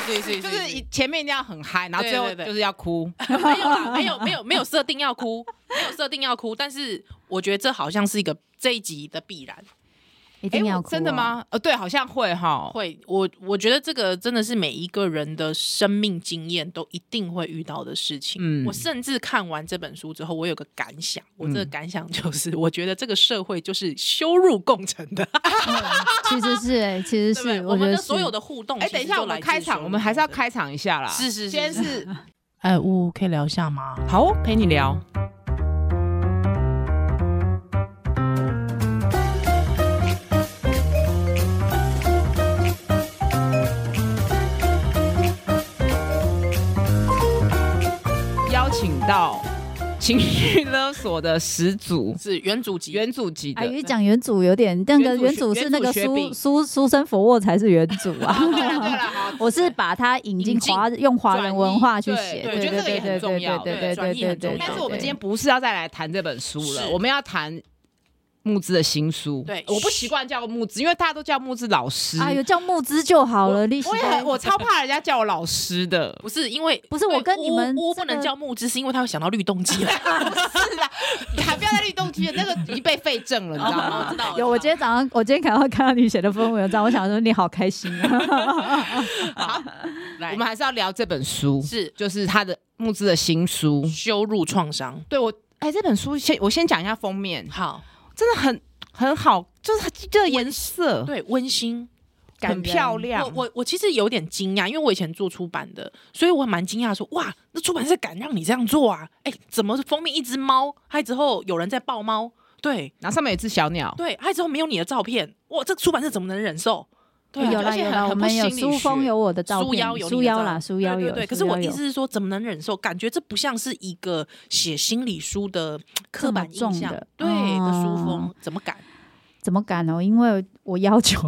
就是前面一定要很嗨，然后最后就是要哭。 没有啦，没有设定要哭，没有设定要哭，但是我觉得这好像是一个这一集的必然。 一定要哭、 真的吗？对，好像会哈。 会，我觉得这个真的是每一个人的生命经验都一定会遇到的事情。我甚至看完这本书之后，我有个感想，我这个感想就是，我觉得这个社会就是羞辱共成的。 其实是， 我们的所有的互动。 等一下，我们开场，我们还是要开场一下啦。 是， 今天是， 可以聊一下吗？ 好，陪你聊。请到情绪勒索的始祖是元祖级的。阿姨讲元祖有点那个元祖是那个苏生佛沃才是元祖啊。 对了， 我是把它引进用华人文化去写， 我觉得这个也很重要。 对。 但是我们今天不是要再来谈这本书了，我们要谈木之的新书。 对， 我不习惯叫木之，因为大家都叫木之老师。 哎呦，叫木之就好了。 我超怕人家叫我老师的。 不是因为不是我跟你们不能叫木之，是因为他会想到律动机了。 是啦，你还不要再律动机了，那个已经被废正了，你知道吗？ 我知道。 有，我今天看到你写的氛围文章，我想说你好开心啊。 好，我们还是要聊这本书，就是他的木之的新书《 羞辱创伤》。 对这本书我先讲一下封面。 好。 真的很好，就是这个颜色， 对，温馨， 很漂亮。 我其实有点惊讶，因为我以前做出版的，所以我蛮惊讶说，哇，那出版社敢让你这样做啊？怎么封面一只猫，还之后有人在抱猫，对， 然后上面有一只小鸟， 对，还之后没有你的照片，哇，这出版社怎么能忍受？对， 有啦，我们有书封有我的照片，书腰有。 对，可是我意思是说，怎么能忍受？感觉这不像是一个写心理书的刻板印象的，对的书封，怎么敢？ 怎么敢哦？因为我要求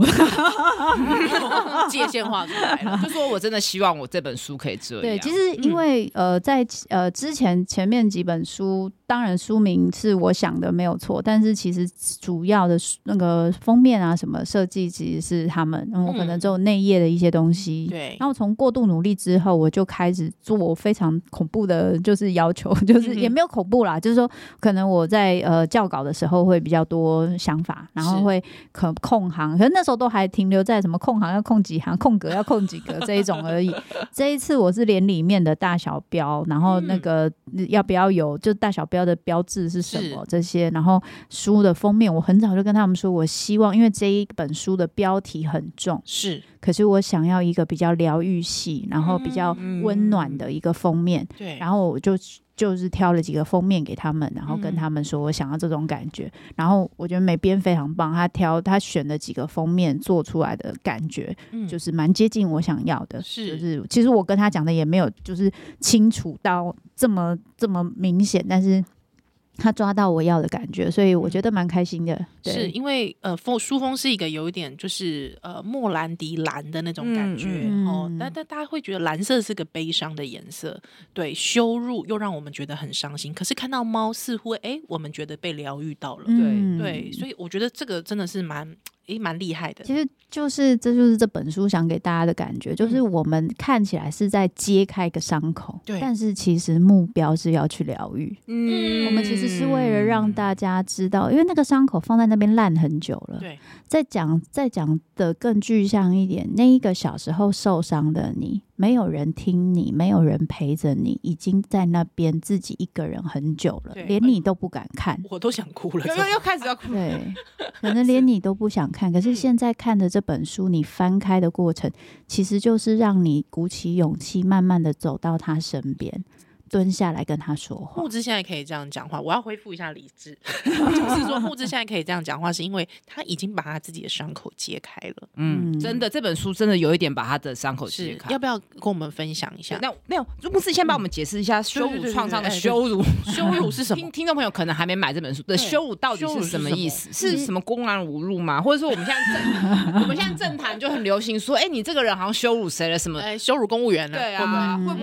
界限画出来了， 就说我真的希望我这本书可以这样。 对，其实因为在之前面几本书，当然书名是我想的没有错，但是其实主要的那个封面啊什么设计其实是他们，我可能只有内页的一些东西。 对， 然后从过度努力之后，我就开始做非常恐怖的，就是要求，就是也没有恐怖啦，就是说可能我在校稿的时候会比较多想法，然后会空行，可是那时候都还停留在什么空行要空几行，空格要空几格这一种而已。这一次我是连里面的大小标，然后那个要不要有就大小标的标志是什么这些，然后书的封面我很早就跟他们说，我希望因为这一本书的标题很重，可是我想要一个比较疗愈系，然后比较温暖的一个封面。 对， 然后我就是挑了几个封面给他们，然后跟他们说我想要这种感觉。然后我觉得美编非常棒，他选了几个封面做出来的感觉，就是蛮接近我想要的。就是其实我跟他讲的也没有就是清楚到这么明显，但是他抓到我要的感觉，所以我觉得蛮开心的。 是因为书封是一个有一点就是莫兰迪蓝的那种感觉，但大家会觉得蓝色是个悲伤的颜色，对，羞辱又让我们觉得很伤心。可是看到猫似乎我们觉得被疗愈到了，对，所以我觉得这个真的是蛮厉害的。 其实这就是这本书想给大家的感觉，就是我们看起来是在揭开一个伤口，但是其实目标是要去疗愈。我们其实是为了让大家知道，因为那个伤口放在那边烂很久了。 对， 再讲的更具象一点，那一个小时候受伤的你，没有人听你，没有人陪着你，已经在那边自己一个人很久了，连你都不敢看， 我都想哭了， 又开始要哭。 对，可能连你都不想看，可是现在看的这本书，你翻开的过程，其实就是让你鼓起勇气，慢慢的走到他身边。蹲下来跟他说话。 木之现在可以这样讲话，我要恢复一下理智，就是说木之现在可以这样讲话，是因为他已经把他自己的伤口揭开了。 真的，这本书真的有一点把他的伤口揭开。 要不要跟我们分享一下？ 那木之先帮我们解释一下羞辱创伤的羞辱， 羞辱是什么？ 听众朋友可能还没买这本书的羞辱到底是什么意思？是什么公然侮辱吗？或者说我们现在政坛就很流行说，你这个人好像羞辱谁了什么？ 羞辱公务员了， 对啊，会不会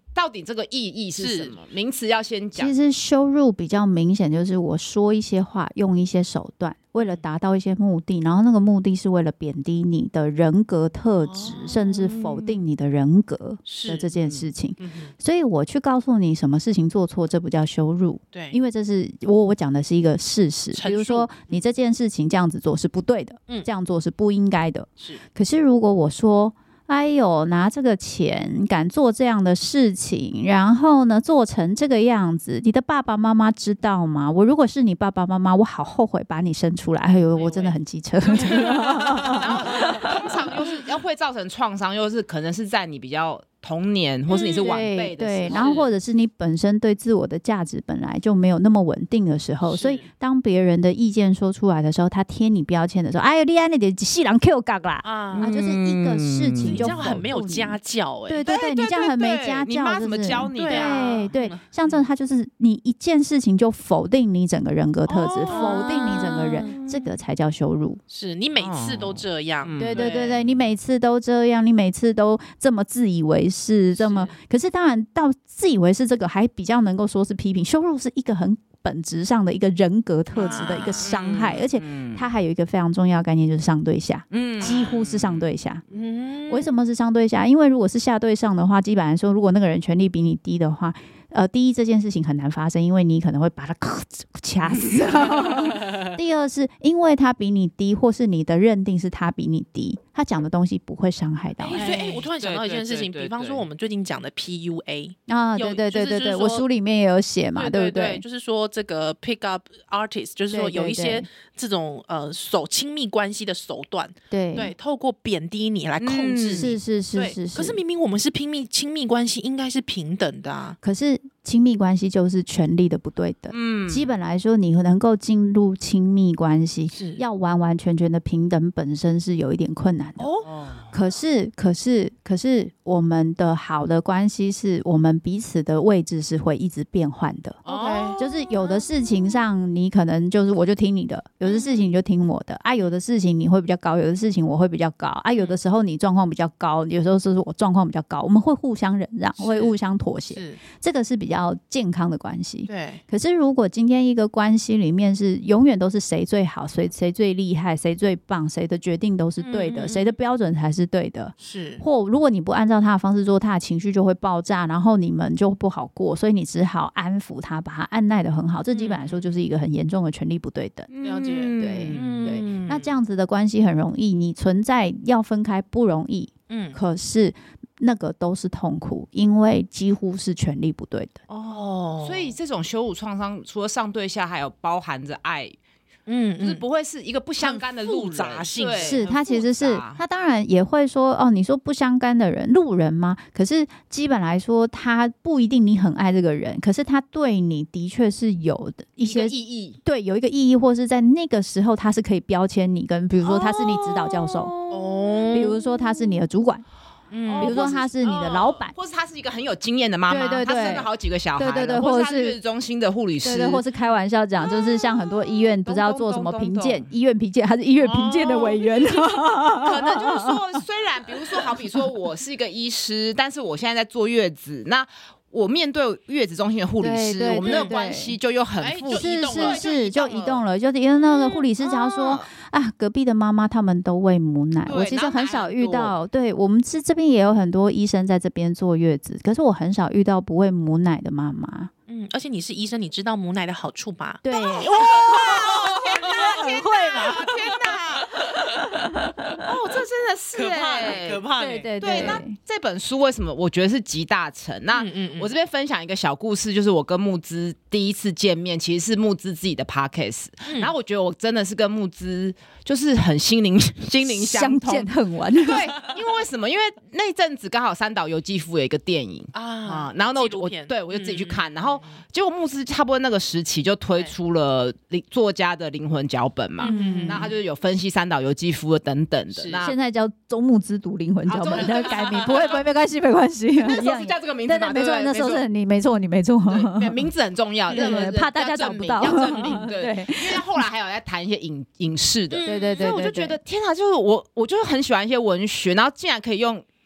到底这个意义是什么？名词要先讲。 其实羞辱比较明显，就是我说一些话，用一些手段，为了达到一些目的，然后那个目的是为了贬低你的人格特质，甚至否定你的人格的这件事情。所以我去告诉你什么事情做错，这不叫羞辱。 对， 因为这是我讲的是一个事实，比如说你这件事情这样子做是不对的，这样做是不应该的。可是如果我说，哎呦，拿这个钱敢做这样的事情，然后呢做成这个样子，你的爸爸妈妈知道吗？我如果是你爸爸妈妈，我好后悔把你生出来。哎呦，我真的很机车。然后通常又是要会造成创伤，又是可能是在你比较童年，或是你是晚辈的时候， 然后或者是你本身对自我的价值本来就没有那么稳定的时候，所以当别人的意见说出来的时候，他贴你标签的时候，哎呦，你安那点细狼 Q 嘎啦就是一个事情就这样很没有家教对，你这样很没家教， 你妈怎么教你的？ 对，像这他就是你一件事情就否定你整个人格特质，否定你整个人，这个才叫羞辱。 是你每次都这样， 对，你每次都这样，你每次都这么自以为是，这么可是当然到自以为是这个还比较能够说是批评，羞辱是一个很本质上的一个人格特质的一个伤害，而且它还有一个非常重要的概念，就是上对下，几乎是上对下。为什么是上对下？因为如果是下对上的话，基本上说，如果那个人权力比你低的话，第一这件事情很难发生，因为你可能会把他掐死。第二是因为他比你低，或是你的认定是他比你低，他讲的东西不会伤害到你。 所以我突然想到一件事情，比方说我们最近讲的 PUA 啊，对，我书里面也有写嘛，对不对？ 就是说这个 pick up artist， 就是说有一些这种亲密关系的手段，对，透过贬低你来控制你， 是。 可是明明我们是亲密关系，应该是平等的啊， 可是亲密关系就是权力的不对等。基本来说，你能够进入亲密关系，要完完全全的平等，本身是有一点困难的。可是我们的好的关系是我们彼此的位置是会一直变换的。就是有的事情上你可能就是我就听你的，有的事情你就听我的啊，有的事情你会比较高，有的事情我会比较高啊，有的时候你状况比较高，有时候是我状况比较高，我们会互相忍让，会互相妥协，这个是比较健康的关系。 对。 可是如果今天一个关系里面是永远都是谁最好，谁最厉害，谁最棒，谁的决定都是对的，谁的标准才是对的，或如果你不按照他的方式做，他的情绪就会爆炸，然后你们就不好过，所以你只好安抚他，把他按耐得很好，这基本来说就是一个很严重的权力不对等。 了解。 对，那这样子的关系很容易，你存在要分开不容易，可是那个都是痛苦，因为几乎是权力不对等。 所以这种羞辱创伤除了上对下，还有包含着爱，就是不会是一个不相干的路人， 杂性是他其实是他当然也会说你说不相干的人路人吗？可是基本来说他不一定你很爱这个人，可是他对你的确是有的一些意义， 对，有一个意义，或是在那个时候他是可以标签你，跟比如说他是你指导教授，比如说他是你的主管，比如说他是你的老板， 或是他是一个很有经验的妈妈，他生了好几个小孩， 对， 或者是月子中心的护理师， 对，或是开玩笑讲，就是像很多医院不是要做什么评鉴，医院评鉴还是医院评鉴的委员， 可能就是说，虽然比如说，好比说我是一个医师，但是我现在在坐月子，那我面对月子中心的护理师，我们那个关系就又很复杂， 就移动了，就是因为那个护理师只要说隔壁的妈妈他们都喂母奶，我其实很少遇到，对，我们是这边也有很多医生在这边坐月子，可是我很少遇到不喂母奶的妈妈。 而且你是医生，你知道母奶的好处吧？ 对，哇， 天哪，会吗？天哪！这真的是可怕， 对。那这本书为什么我觉得是集大成？那我这边分享一个小故事，就是我跟慕姿第一次见面，其实是慕姿自己的 podcast，然后我觉得我真的是跟慕姿就是很心灵相通， 相见恨晚。 对，因为什么？因为那阵子刚好三岛由纪夫有一个电影然后呢我就自己去看，然后结果慕姿差不多那个时期就推出了作家的灵魂脚本嘛，那他就有分析三岛由纪夫等等的。 现在叫周慕姿读灵魂脚本，他改名不会，没关系， 那时候是叫这个名字嘛？ 没错，那时候是你没错， 名字很重要， 怕大家找不到， 要证明对，因为后来还有在谈一些影视的， 对， 所以我就觉得天哪，就是我就是很喜欢一些文学，然后竟然可以用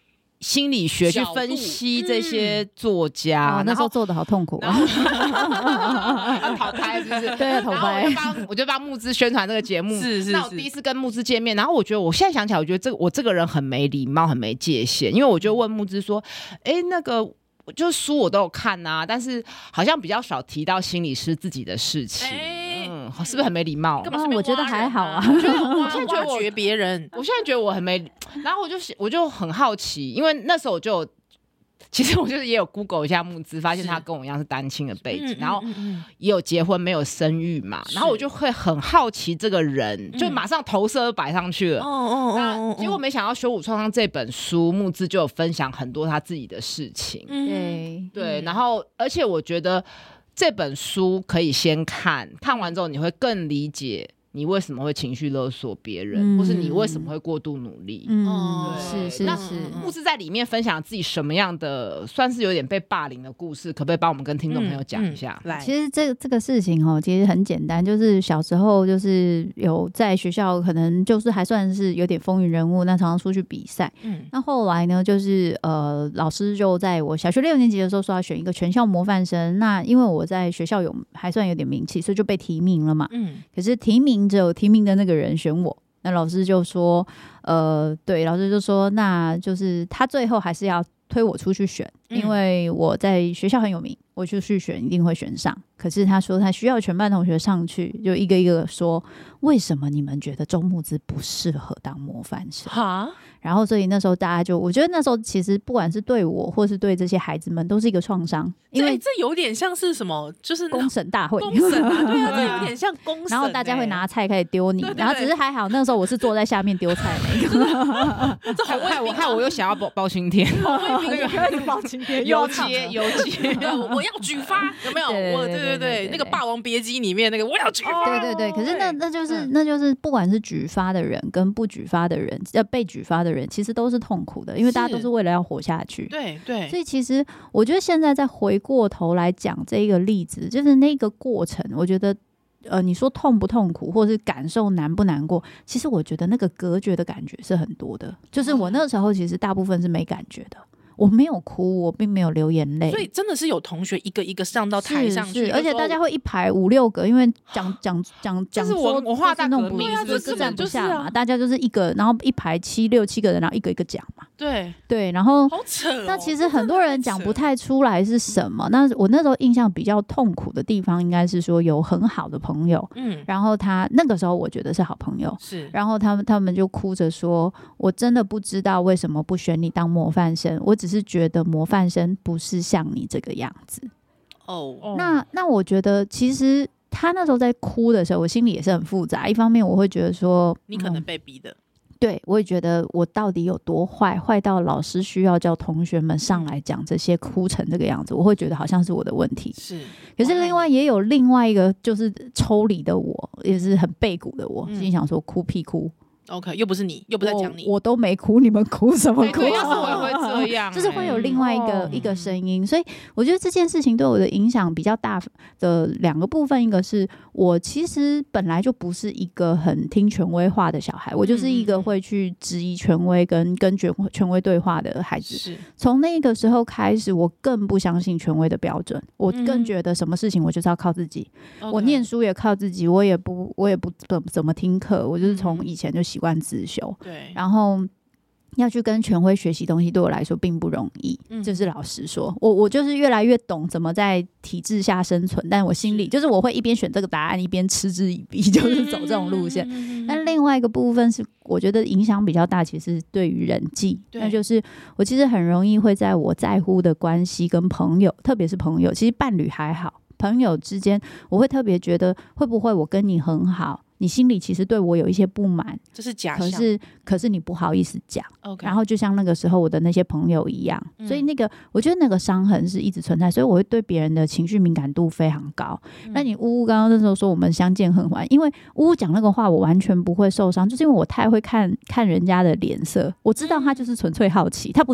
心理学去分析这些作家， 那时候做的好痛苦啊， 要跑开是不是？ 对，跑开。 我就帮募资宣传这个节目。 是。 那我第一次跟募资见面，然后我觉得我现在想起来，我觉得我这个人很没礼貌，很没界限，因为我就问募资说，那个。就是书我都有看啊，但是好像比较少提到心理师自己的事情，是不是很没礼貌？ 我觉得还好啊。 我现在觉得挖掘别人， 我现在觉得我很没，然后我就很好奇，因为那时候我就其实我就是也有 Google 一下募资，发现他跟我一样是单亲的背景，然后也有结婚没有生育嘛，然后我就会很好奇这个人，就马上投射摆上去了。那结果没想到《羞辱创伤》这本书募资就有分享很多他自己的事情，对，然后而且我觉得这本书可以先看完之后你会更理解你为什么会情绪勒索别人，或是你为什么会过度努力。 是。 那募资在里面分享自己什么样的算是有点被霸凌的故事，可不可以帮我们跟听众朋友讲一下？ 其实这个事情其实很简单，就是小时候就是有在学校可能就是还算是有点风云人物，那常常出去比赛。那后来呢，就是老师就在我小学6年级的时候说要选一个全校模范生，那因为我在学校还算有点名气，所以就被提名了嘛。可是提名只有提名的那个人选我，那老师就说对，老师就说那就是他最后还是要推我出去选，因为我在学校很有名，我就去选一定会选上。可是他说他需要全班同学上去，就一个一个说为什么你们觉得周慕姿不适合当模范生？然后所以那时候大家我觉得那时候其实不管是对我或是对这些孩子们都是一个创伤，因为这有点像是什么，就是公审大会， 公审啊，对啊，这有点像公审。 然后大家会拿菜开始丢你，然后只是还好那时候我是坐在下面丢菜那个， 这害我又想要包青天， 包青天游街， 我要举发，有没有？对，那个《霸王别姬》里面那个我要举发， 对。可是那就是不管是举发的人跟不举发的人，被举发的人其实都是痛苦的，因为大家都是为了要活下去。 对。 所以其实我觉得现在再回过头来讲这一个例子，就是那个过程，我觉得你说痛不痛苦，或是感受难不难过，其实我觉得那个隔绝的感觉是很多的。就是我那个时候其实大部分是没感觉的。我没有哭，我并没有流眼泪， 所以真的是有同学一个一个上到台上去， 而且大家会一排5、6个，因为讲就是文化大革命， 就是站不下嘛，大家就是一个，然后一排6、7个人，然后一个一个讲嘛， 对， 然后好扯哦。 那其实很多人讲不太出来是什么。那我那时候印象比较痛苦的地方，应该是说有很好的朋友，然后他那个时候我觉得是好朋友，然后他们就哭着说，我真的不知道为什么不选你当模范生，我只是觉得模范生不是像你这个样子。那我觉得其实他那时候在哭的时候，我心里也是很复杂。一方面我会觉得说， 你可能被逼的， 对，我也觉得我到底有多坏到老师需要叫同学们上来讲这些，哭成这个样子，我会觉得好像是我的问题。可是另外也有另外一个就是抽离的我，也是很背骨的我，心里想说哭屁哭。 OK， 又不是你，又不在讲你， 我都没哭，你们哭什么哭？ 要是我也会这样， 就是会有另外一个声音。所以我觉得这件事情对我的影响比较大的2个部分，一个是我其实本来就不是一个很听权威话的小孩，我就是一个会去质疑权威跟权威对话的孩子。从那个时候开始，我更不相信权威的标准，我更觉得什么事情我就是要靠自己。我念书也靠自己，我也不怎么听课，我就是从以前就习惯自修，然后要去跟权威学习东西，对我来说并不容易。就是老实说，我就是越来越懂怎么在体制下生存，但我心里就是我会一边选这个答案，一边嗤之以鼻，就是走这种路线。但另外一个部分是，我觉得影响比较大，其实对于人际，那就是我其实很容易会在我在乎的关系跟朋友，特别是朋友，其实伴侣还好，朋友之间，我会特别觉得会不会我跟你很好，你心里其实对我有一些不满， 这是假象， 可是你不好意思讲。 然后就像那个时候我的那些朋友一样，所以我觉得那个伤痕是一直存在，所以我会对别人的情绪敏感度非常高。那你呜刚刚那时候说我们相见恨晚，因为呜讲那个话我完全不会受伤，就是因为我太会看人家的脸色，我知道他就是纯粹好奇，他不是要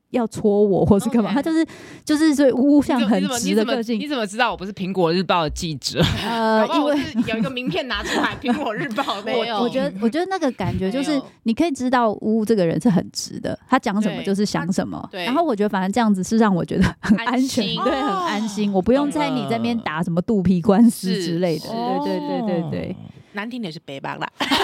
要戳我或是干嘛，他就是所以乌像很直的个性。 你怎么知道我不是苹果日报的记者？因为有一个名片拿出来，苹果日报没有。 我觉得那个感觉就是你可以知道乌这个人是很直的，他讲什么就是想什么。然后我觉得反正这样子是让我觉得很安全，对，很安心，我不用在你这边打什么肚皮官司之类的。对， 难听点是北巴啦。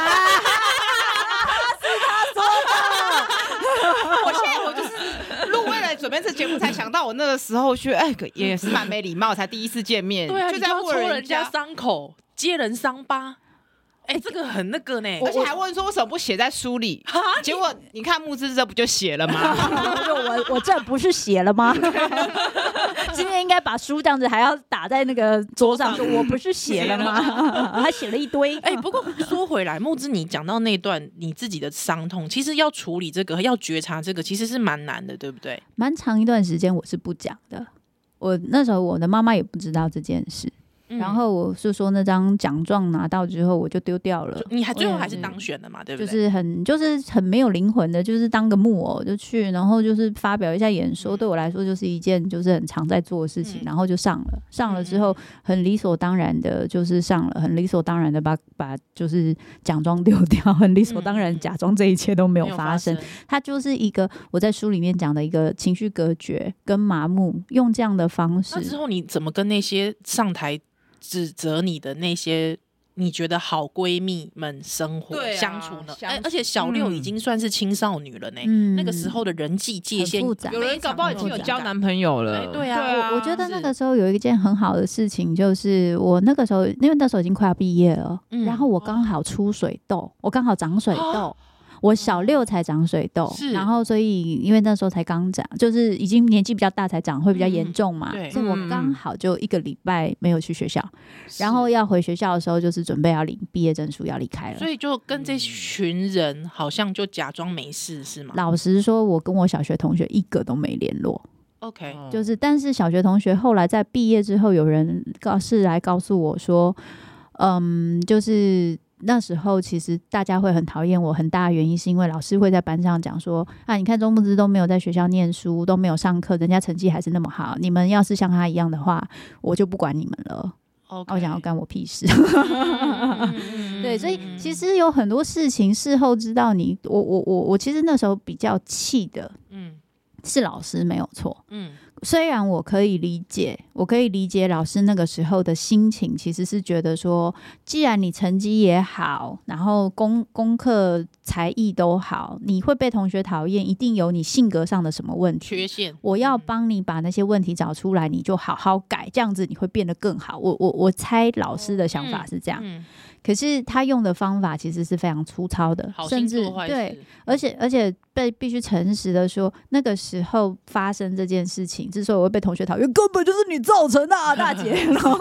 我现在我就是录为了准备这节目才想到，我那个时候去，也是蛮没礼貌，才第一次见面， 对啊， 就在戳人家伤口，揭人伤疤。这个很那个呢， 而且还问说为什么不写在书里？结果你看木之这不就写了吗？ 我这不是写了吗？今天应该把书这样子还要打在那个桌上，说我不是写了吗？还写了一堆。 不过说回来，木之你讲到那段你自己的伤痛，其实要处理这个，要觉察这个，其实是蛮难的，对不对？ 蛮长一段时间我是不讲的，我那时候我的妈妈也不知道这件事。然后我是说那张奖状拿到之后我就丢掉了。 你最后还是当选了嘛，对不对？ 就是很没有灵魂的，就是当个木偶就去，然后就是发表一下演说，对我来说就是一件就是很常在做的事情，然后就上了之后很理所当然的就是上了，很理所当然的把就是奖状丢掉，很理所当然假装这一切都没有发生。它就是一个我在书里面讲的一个情绪隔绝跟麻木，用这样的方式。 那之后你怎么跟那些上台指责你的那些你觉得好闺蜜们生活相处呢？而且小六已经算是青少女了呢，那个时候的人际界限有人搞不好已经有交男朋友了。 对啊， 我觉得那个时候有一件很好的事情，就是我那个时候因为那时候已经快要毕业了，然后我刚好出水痘，我刚好长水痘。我小6才长水痘，然后所以因为那时候才刚长，就是已经年纪比较大才长，会比较严重嘛，所以我刚好就1个礼拜没有去学校，然后要回学校的时候就是准备要领毕业证书要离开了， 所以就跟这群人好像就假装没事是吗？ 老实说我跟我小学同学一个都没联络。 OK， 就是但是小学同学后来在毕业之后有人来告诉我说就是那时候其实大家会很讨厌我，很大的原因是因为老师会在班上讲说你看钟木之都没有在学校念书，都没有上课，人家成绩还是那么好，你们要是像他一样的话我就不管你们了。我想要干我屁事。对，所以其实有很多事情事后知道我其实那时候比较气的是老师没有错，虽然我可以理解老师那个时候的心情，其实是觉得说既然你成绩也好，然后功课才艺都好，你会被同学讨厌，一定有你性格上的什么问题缺陷， 我要帮你把那些问题找出来，你就好好改，这样子你会变得更好。我猜老师的想法是这样，可是他用的方法其实是非常粗糙的，甚至对，而且必须诚实的说，那个时候发生这件事情，之所以我会被同学讨厌，根本就是你造成的大姐。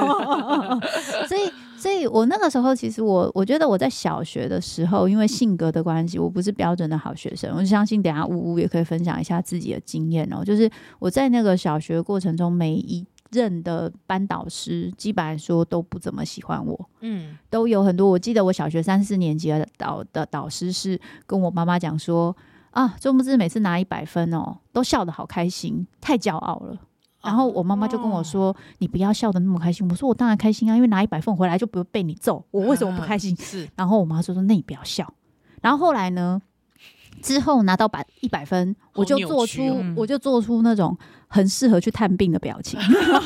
所以我那个时候其实我觉得我在小学的时候，因为性格的关系，我不是标准的好学生。我就相信等一下呜呜也可以分享一下自己的经验就是我在那个小学过程中，每一任的班导师基本来说都不怎么喜欢我，都有很多。我记得我小学3、4年级的导师是跟我妈妈讲说钟木之每次拿100分都笑得好开心，太骄傲了。然后我妈妈就跟我说你不要笑得那么开心。我说我当然开心啊，因为拿100分回来就不会被你揍，我为什么不开心？然后我妈说那你不要笑。然后后来呢，之后拿到100分，我就做出那种很适合去探病的表情。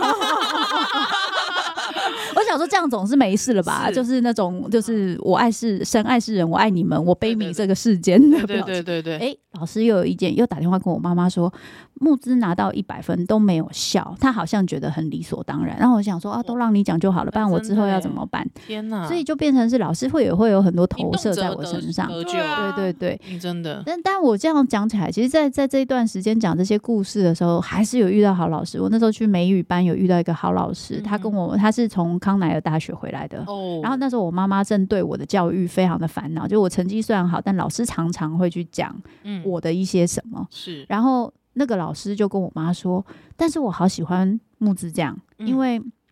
我想说这样总是没事了吧，就是那种就是我爱世神爱世人，我爱你们，我悲悯这个世间的表情。对，老师又有意见，又打电话跟我妈妈说木之拿到100分都没有笑，他好像觉得很理所当然。然后我想说都让你讲就好了，不然我之后要怎么办？ 天哪！ 所以就变成是老师会有很多投射在我身上。对， 你真的。 但我这样讲起来，其实在这一段时间讲这些故事的时候，还是有遇到好老师。我那时候去美语班有遇到一个好老师，他是从康乃尔大学回来的。然后那时候我妈妈正对我的教育非常的烦恼，就我成绩虽然好，但老师常常会去讲我的一些什么。然后那个老师就跟我妈说，但是我好喜欢木之这样，因为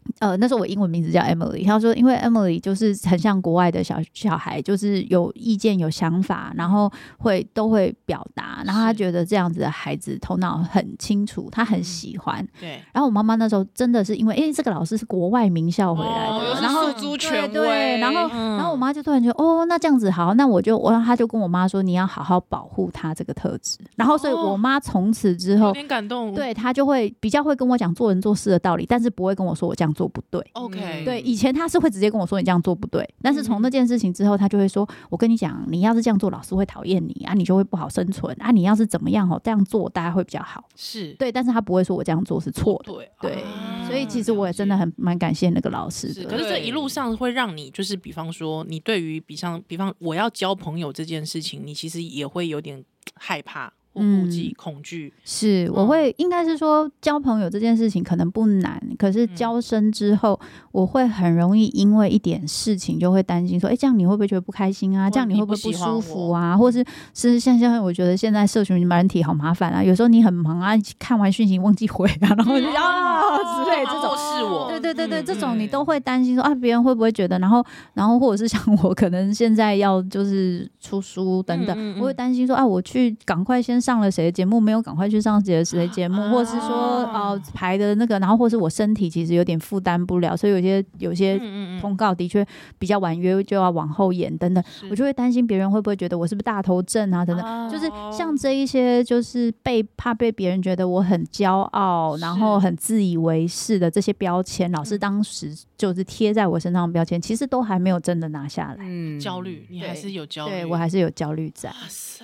那时候我英文名字叫 Emily， 他说因为 Emily 就是很像国外的小孩，就是有意见有想法，然后都会表达，然后他觉得这样子的孩子头脑很清楚，他很喜欢。 对。 然后我妈妈那时候真的是因为这个老师是国外名校回来的，然后诉诸权威， 对，然后我妈就突然觉得那这样子好，那他就跟我妈说你要好好保护他这个特质，然后所以我妈从此之后有点感动， 对，他就会比较会跟我讲做人做事的道理，但是不会跟我说我这样做不对。 OK， 对，以前他是会直接跟我说你这样做不对，但是从那件事情之后，他就会说我跟你讲，你要是这样做，老师会讨厌你啊，你就会不好生存啊，你要是怎么样这样做大家会比较好。 是对，但是他不会说我这样做是错的。对，所以其实我也真的蛮感谢那个老师的。 可是这一路上会让你就是比方说你对于比方我要交朋友这件事情，你其实也会有点害怕或顾忌、恐惧。 是，我会应该是说交朋友这件事情可能不难，可是交深之后，我会很容易因为一点事情就会担心说，这样你会不会觉得不开心啊？这样你会不会不舒服啊？或是像我觉得现在社群软体好麻烦啊，有时候你很忙啊，看完讯息忘记回啊，然后就之类这种是我， 对，这种你都会担心说别人会不会觉得，然后或者是像我可能现在要就是出书等等，我会担心说我去赶快先上了谁的节目，没有赶快去上谁的节目，或者是说排的那个，然后或是我身体其实有点负担不了，所以有些通告的确比较晚约就要往后延等等，我就会担心别人会不会觉得我是不是大头症啊等等，就是像这一些就是怕被别人觉得我很骄傲，然后很自以为是的这些标签，老师当时就是贴在我身上的标签，其实都还没有真的拿下来。 焦虑，你还是有焦虑， 对我还是有焦虑在。 哇塞，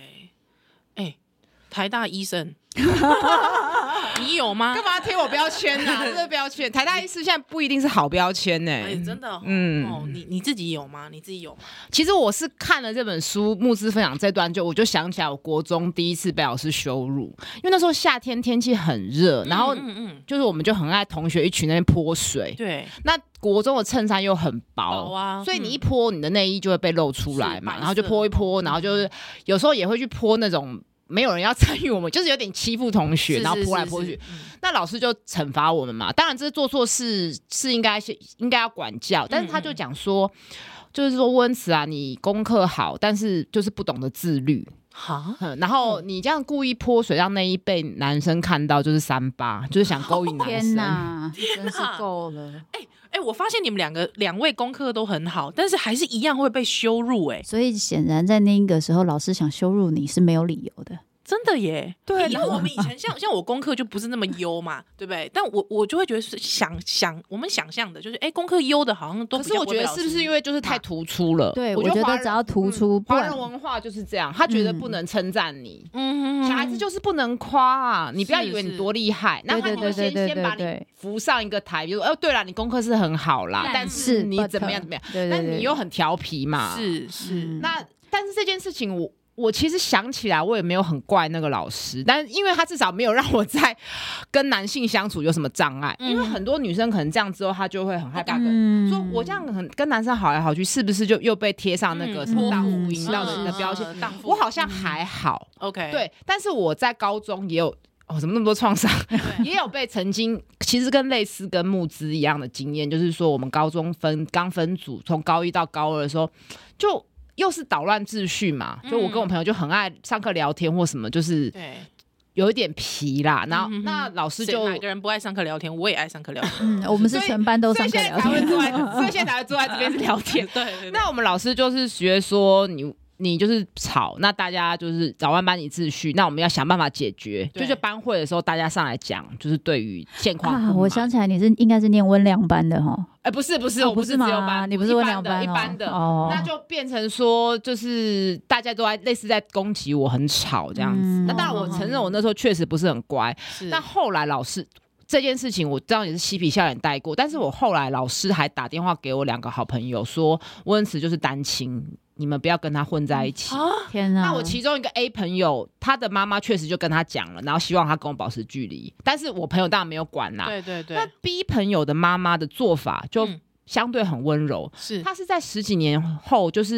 台大医生你有吗？ 干嘛贴我标签啊？这个标签，台大医师现在不一定是好标签呢。 真的，你自己有吗？你自己有吗？ 其实我是看了这本书，牧师分享这段，我就想起来我国中第一次被老师羞辱，因为那时候夏天天气很热，然后就是我们就很爱同学一群那边泼水， 对， 那国中的衬衫又很薄啊，所以你一泼，你的内衣就会被露出来嘛，然后就泼一泼，然后就是有时候也会去泼那种。没有人要参与我们，就是有点欺负同学，然后泼来泼去。那老师就惩罚我们嘛。当然，这做错事是应该要管教，但是他就讲说，就是说温慈啊，你功课好，但是就是不懂得自律。然后你这样故意泼水让内衣被男生看到，就是3-8，就是想勾引男生。 天哪，真是够了！ 我发现你们两位功课都很好，但是还是一样会被羞辱所以显然在那个时候，老师想羞辱你是没有理由的。 真的耶， 对， 因为我们以前像我功课就不是那么优嘛，对不对？但我就会觉得我们想象的就是，功课优的好像都比较。可是我觉得是不是因为就是太突出了？ 对，我觉得只要突出， 华人文化就是这样，他觉得不能称赞你，小孩子就是不能夸啊，你不要以为你多厉害，那他就先把你扶上一个台，比如说，对啦，你功课是很好啦，但是你怎么样，那你又很调皮嘛， 是。 那但是这件事情我其实想起来，我也没有很怪那个老师，但是因为他至少没有让我在跟男性相处有什么障碍，因为很多女生可能这样之后，她就会很害怕，说我这样跟男生好来好去，是不是就又被贴上那个什么荡妇淫荡的标签？我好像还好 ，OK， 对，但是我在高中也有怎么那么多创伤，也有被曾经其实跟类似跟募资一样的经验，就是说我们高中刚分组，从高1到高2的时候就。又是捣乱秩序嘛，就我跟我朋友就很爱上课聊天或什么，就是有一点皮啦。然后那老师就哪个人不爱上课聊天？我也爱上课聊天。 我们是全班都上课聊天， 所以现在才会坐在这边聊天。 对。 那我们老师就是觉得说你就是吵，那大家就是扰乱班级秩序，那我们要想办法解决。就是班会的时候，大家上来讲，就是对于现况我想起来，你应该是念温良班的哈。 不是，我不是自由班， 你不是温良班， 一般的，那就变成说，就是大家都类似在攻击我很吵这样子。那当然，我承认我那时候确实不是很乖。但后来老师这件事情，我当然也是嬉皮笑脸带过。但是我后来老师还打电话给我2个好朋友，说温慈就是单亲。你们不要跟他混在一起。 天哪！ 那我其中一个 A 朋友，他的妈妈确实就跟他讲了，然后希望他跟我保持距离。但是我朋友当然没有管啦。 对。 那 B 朋友的妈妈的做法就相对很温柔，他是在10几年后，就是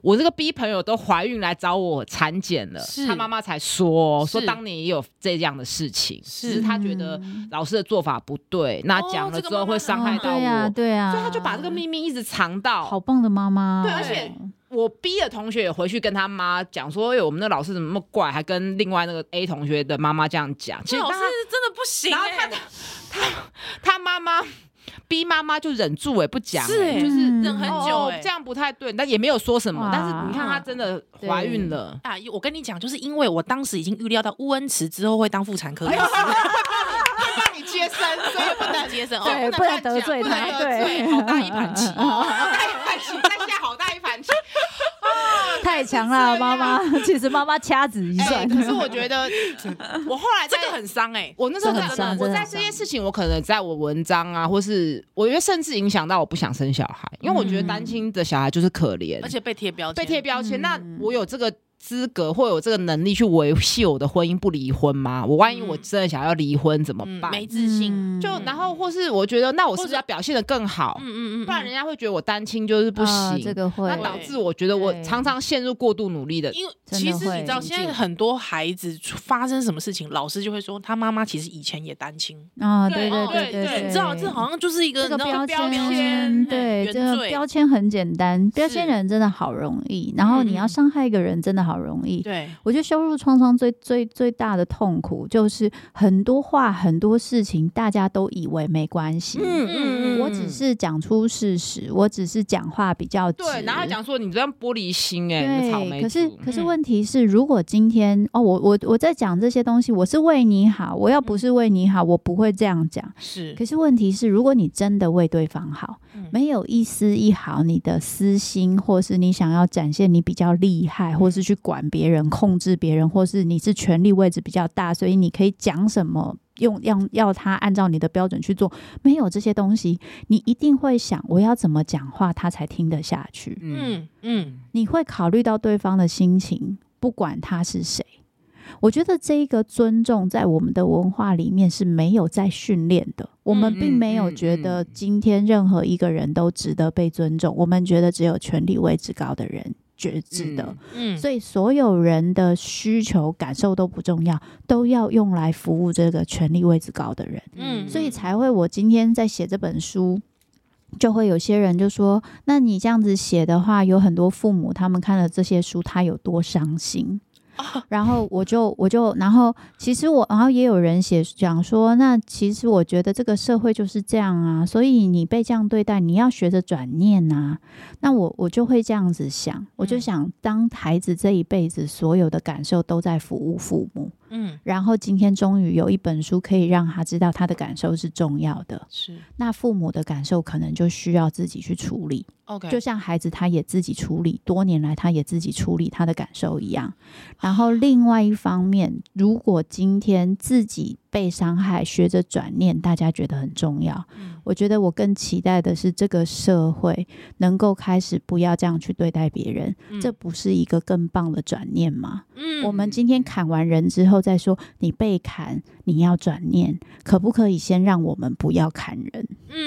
我这个 B 朋友都怀孕来找我产检了，他妈妈才说当年也有这样的事情，只是他觉得老师的做法不对，那讲了之后会伤害到我， 对啊， 所以他就把这个秘密一直藏到。 好棒的妈妈， 对，而且我 B 的同学也回去跟他妈讲说，我们那老师怎么那么怪，还跟另外那个 A 同学的妈妈这样讲。其实老师真的不行， 然后他妈妈 B 妈妈就忍住不讲， 就是忍很久这样不太对，但也没有说什么。但是你看她真的怀孕了啊！我跟你讲，就是因为我当时已经预料到乌恩慈之后会当妇产科医师。 会帮你接生，所以不能接生， 对，不能得罪他，对， 好大一盘棋，好大一盘棋，在下好大一盘棋， 太强了，妈妈。其实妈妈掐指一算， 可是我觉得我后来这个很伤我那时候我在这些事情，我可能在我文章啊，或是我觉得甚至影响到我不想生小孩，因为我觉得单亲的小孩就是可怜， 而且被贴标签， 那我有这个资格或有这个能力去维系我的婚姻不离婚吗？我万一我真的想要离婚怎么办？ 没自信， 然后或是我觉得那我是不是要表现得更好？不然人家会觉得我单亲就是不行， 这个会， 那导致我觉得我常常陷入过度努力的。 因为其实你知道，现在很多孩子发生什么事情，老师就会说他妈妈其实以前也单亲啊，对，你知道这好像就是一个标签， 对，这个标签很简单，标签人真的好容易，然后你要伤害一个人真的好容易。 对， 我觉得羞辱创伤最大的痛苦就是很多话很多事情大家都以为没关系，我只是讲出事实，我只是讲话比较直， 对，然后讲说你这样玻璃心对，草莓可是问题是，如果今天我在讲这些东西，我是为你好，我要不是为你好，我不会这样讲。 是， 可是问题是，如果你真的为对方好，没有一丝一毫你的私心，或是你想要展现你比较厉害，或是去管别人、控制别人，或是你是权力位置比较大，所以你可以讲什么。要他按照你的标准去做，没有这些东西，你一定会想我要怎么讲话他才听得下去。你会考虑到对方的心情，不管他是谁。我觉得这一个尊重在我们的文化里面是没有在训练的，我们并没有觉得今天任何一个人都值得被尊重，我们觉得只有权力位置高的人觉知的，所以所有人的需求感受都不重要，都要用来服务这个权力位置高的人，所以才会我今天在写这本书，就会有些人就说，那你这样子写的话，有很多父母他们看了这些书，他有多伤心。然后然后其实然后也有人讲说，那其实我觉得这个社会就是这样啊，所以你被这样对待，你要学着转念啊。那我就会这样子想，我就想，当孩子这一辈子所有的感受都在服务父母，然后今天终于有一本书可以让他知道他的感受是重要的， 是， 那父母的感受可能就需要自己去处理。就像孩子他也自己处理，多年来他也自己处理他的感受一样。然后另外一方面，如果今天自己被伤害，学着转念，大家觉得很重要。我觉得我更期待的是这个社会能够开始不要这样去对待别人，这不是一个更棒的转念吗？我们今天砍完人之后再说你被砍，你要转念，可不可以先让我们不要砍人？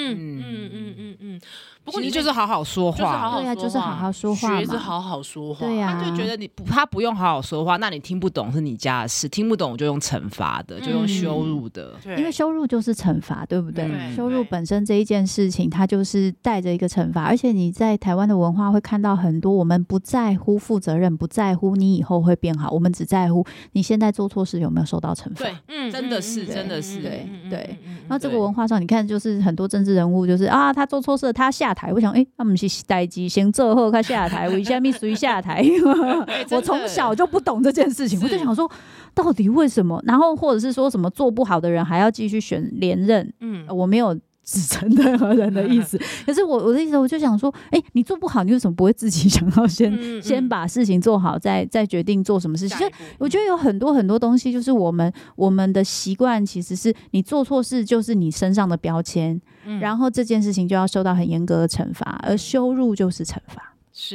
不过你就是好好说话， 对啊，就是好好说话嘛， 学着好好说话。 对啊， 他就觉得他不用好好说话，那你听不懂是你家的事，听不懂我就用惩罚的，就用羞辱的， 因为羞辱就是惩罚，对不对？羞辱本身这一件事情，它就是带着一个惩罚，而且你在台湾的文化会看到很多，我们不在乎负责任，不在乎你以后会变好，我们只在乎你现在做错事有没有受到惩罚。 对，真的是，真的是， 对。那这个文化上，你看，就是很多政治人物，就是他做错事，他下台。我想，他们是代志先做后，他下台，为什么随下台？我从小就不懂这件事情，我就想说，到底为什么？然后或者是说什么做不好的人还要继续连任？我没有指责任何人的意思，可是我的意思，我就想说，你做不好，你为什么不会自己想要先把事情做好，再决定做什么事情？就我觉得有很多东西，就是我们的习惯，其实是你做错事就是你身上的标签，然后这件事情就要受到很严格的惩罚，而羞辱就是惩罚。 是。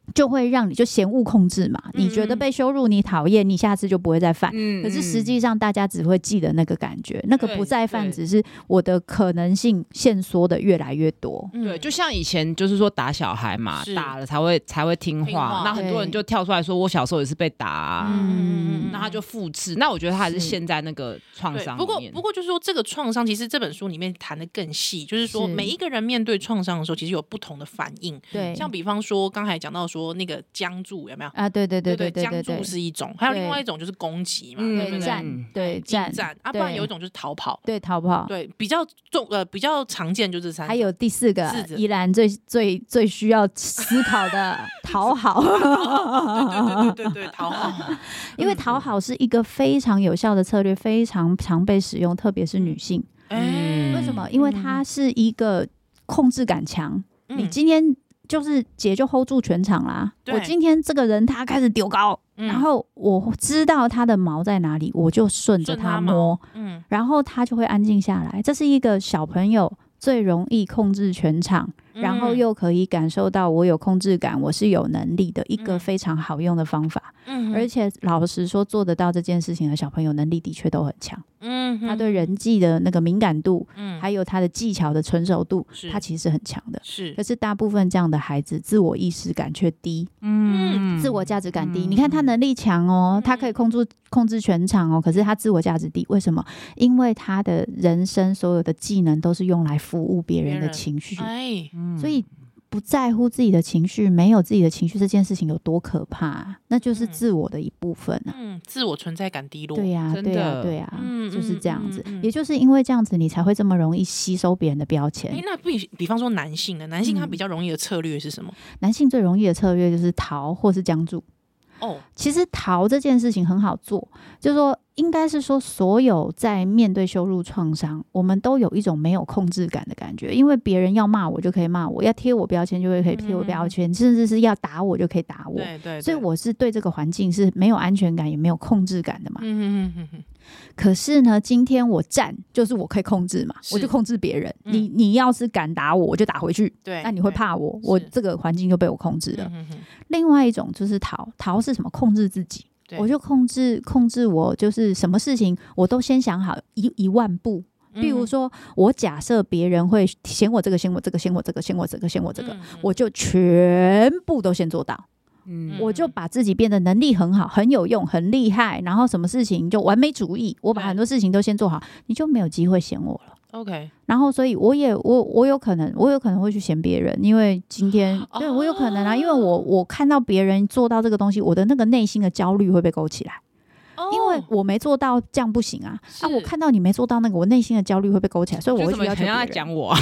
就会让你就嫌恶控制嘛，你觉得被羞辱你讨厌，你下次就不会再犯，可是实际上大家只会记得那个感觉，那个不再犯只是我的可能性限缩的越来越多。 对，就像以前就是说打小孩嘛，打了才会听话，那很多人就跳出来说我小时候也是被打啊，那他就复制。那我觉得他还是陷在那个创伤里面。 不过就是说这个创伤其实这本书里面谈的更细，就是说每一个人面对创伤的时候其实有不同的反应。 对， 像比方说刚才讲到说那个僵住有没有啊？ 对， 僵住是一种，还有另外一种就是攻击嘛，对，战啊，不然有一种就是逃跑， 对，逃跑， 对，比较常见就是这3种。 还有第4个依然最需要思考的讨好， 对，讨好， 因为讨好是一个非常有效的策略，非常常被使用，特别是女性。为什么？因为它是一个控制感强，你今天就是姐就 hold 住全场啦。我今天这个人他开始丢高，然后我知道他的毛在哪里，我就顺着他摸，然后他就会安静下来。这是一个小朋友最容易控制全场，然后又可以感受到我有控制感，我是有能力的一个非常好用的方法。而且老实说，做得到这件事情的小朋友能力的确都很强。他对人际的那个敏感度，还有他的技巧的成熟度，他其实是很强的。可是大部分这样的孩子自我意识感却低，自我价值感低。你看他能力强哦，他可以控制全场哦，可是他自我价值低，为什么？因为他的人生所有的技能都是用来服务别人的情绪，所以不在乎自己的情绪，没有自己的情绪这件事情有多可怕，那就是自我的一部分啊。 自我存在感低落。 对呀，就是这样子。也就是因为这样子，你才会这么容易吸收别人的标签。 那比方说男性呢？男性他比较容易的策略是什么？ 男性最容易的策略就是逃或是僵住。其实逃这件事情很好做，就是说应该是说所有在面对羞辱创伤，我们都有一种没有控制感的感觉，因为别人要骂我就可以骂我，要贴我标签就可以贴我标签，甚至是要打我就可以打我。对，所以我是对这个环境是没有安全感也没有控制感的嘛。可是呢，今天我站就是我可以控制嘛，我就控制别人。你要是敢打我，我就打回去。那你会怕我，我这个环境就被我控制了。另外一种就是逃是什么？控制自己。我就控制我，就是什么事情我都先想好一万步。比如说我假设别人会嫌我这个嫌我这个嫌我这个嫌我这个嫌我这个，我就全部都先做到。我就把自己变得能力很好，很有用，很厉害，然后什么事情就完美主义，我把很多事情都先做好，你就没有机会嫌我了。 OK， 然后所以我有可能会去嫌别人，因为今天对我有可能啊，因为我看到别人做到这个东西，我的那个内心的焦虑会被勾起来。因为我没做到，这样不行啊！我看到你没做到那个，我内心的焦虑会被勾起来，所以我会去要求别人。 在讲我，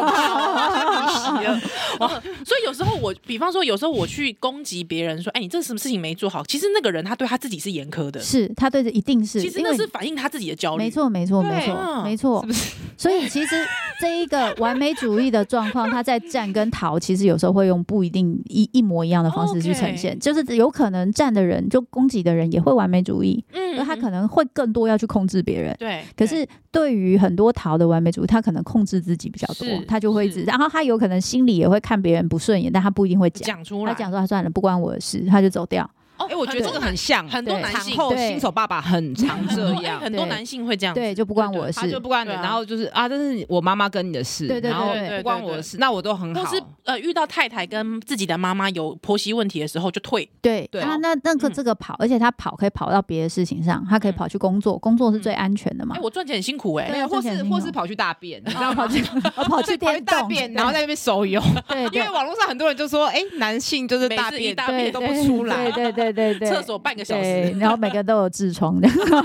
所以有时候比方说，有时候我去攻击别人，说：“哎，你这什么事情没做好？”其实那个人他对他自己是严苛的， 是他对一定是， 其实那是反映他自己的焦虑。 没错，是不是？所以其实这一个完美主义的状况，他在战跟逃，其实有时候会用不一定一模一样的方式去呈现，就是有可能战的人就攻击的人也会完美主义。他可能会更多要去控制别人，可是对于很多逃的完美主义，他可能控制自己比较多，他就会一直，然后他有可能心里也会看别人不顺眼，但他不一定会讲出来，他讲说他算了，不关我的事，他就走掉。 我觉得这个很像很多男性产后新手爸爸很常这样， 很多男性会这样， 对，就不关我的事， 他就不关你，然后就是这是我妈妈跟你的事，然后不关我的事，那我都很好。 或是遇到太太跟自己的妈妈有婆媳问题的时候就退， 对，那个这个跑，而且他可以跑到别的事情上，他可以跑去工作是最安全的嘛。 我赚钱很辛苦没有，或是跑去大便， 然后跑去大便，然后在那边手游，对，因为网络上很多人就说，男性就是大便都不出来， 对， 厕所半个小时， 然后每个都有痔疮的。对，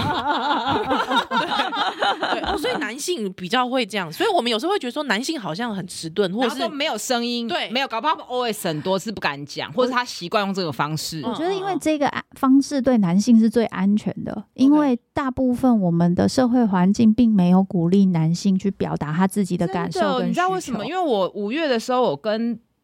所以男性比较会这样，所以我们有时候会觉得说男性好像很迟钝，或者是没有声音，对，没有，搞不好 OS 很多是不敢讲，或者他习惯用这个方式。 我觉得因为这个方式对男性是最安全的，因为大部分我们的社会环境并没有鼓励男性去表达他自己的感受跟需求。 你知道为什么？因为我5月的时候，我跟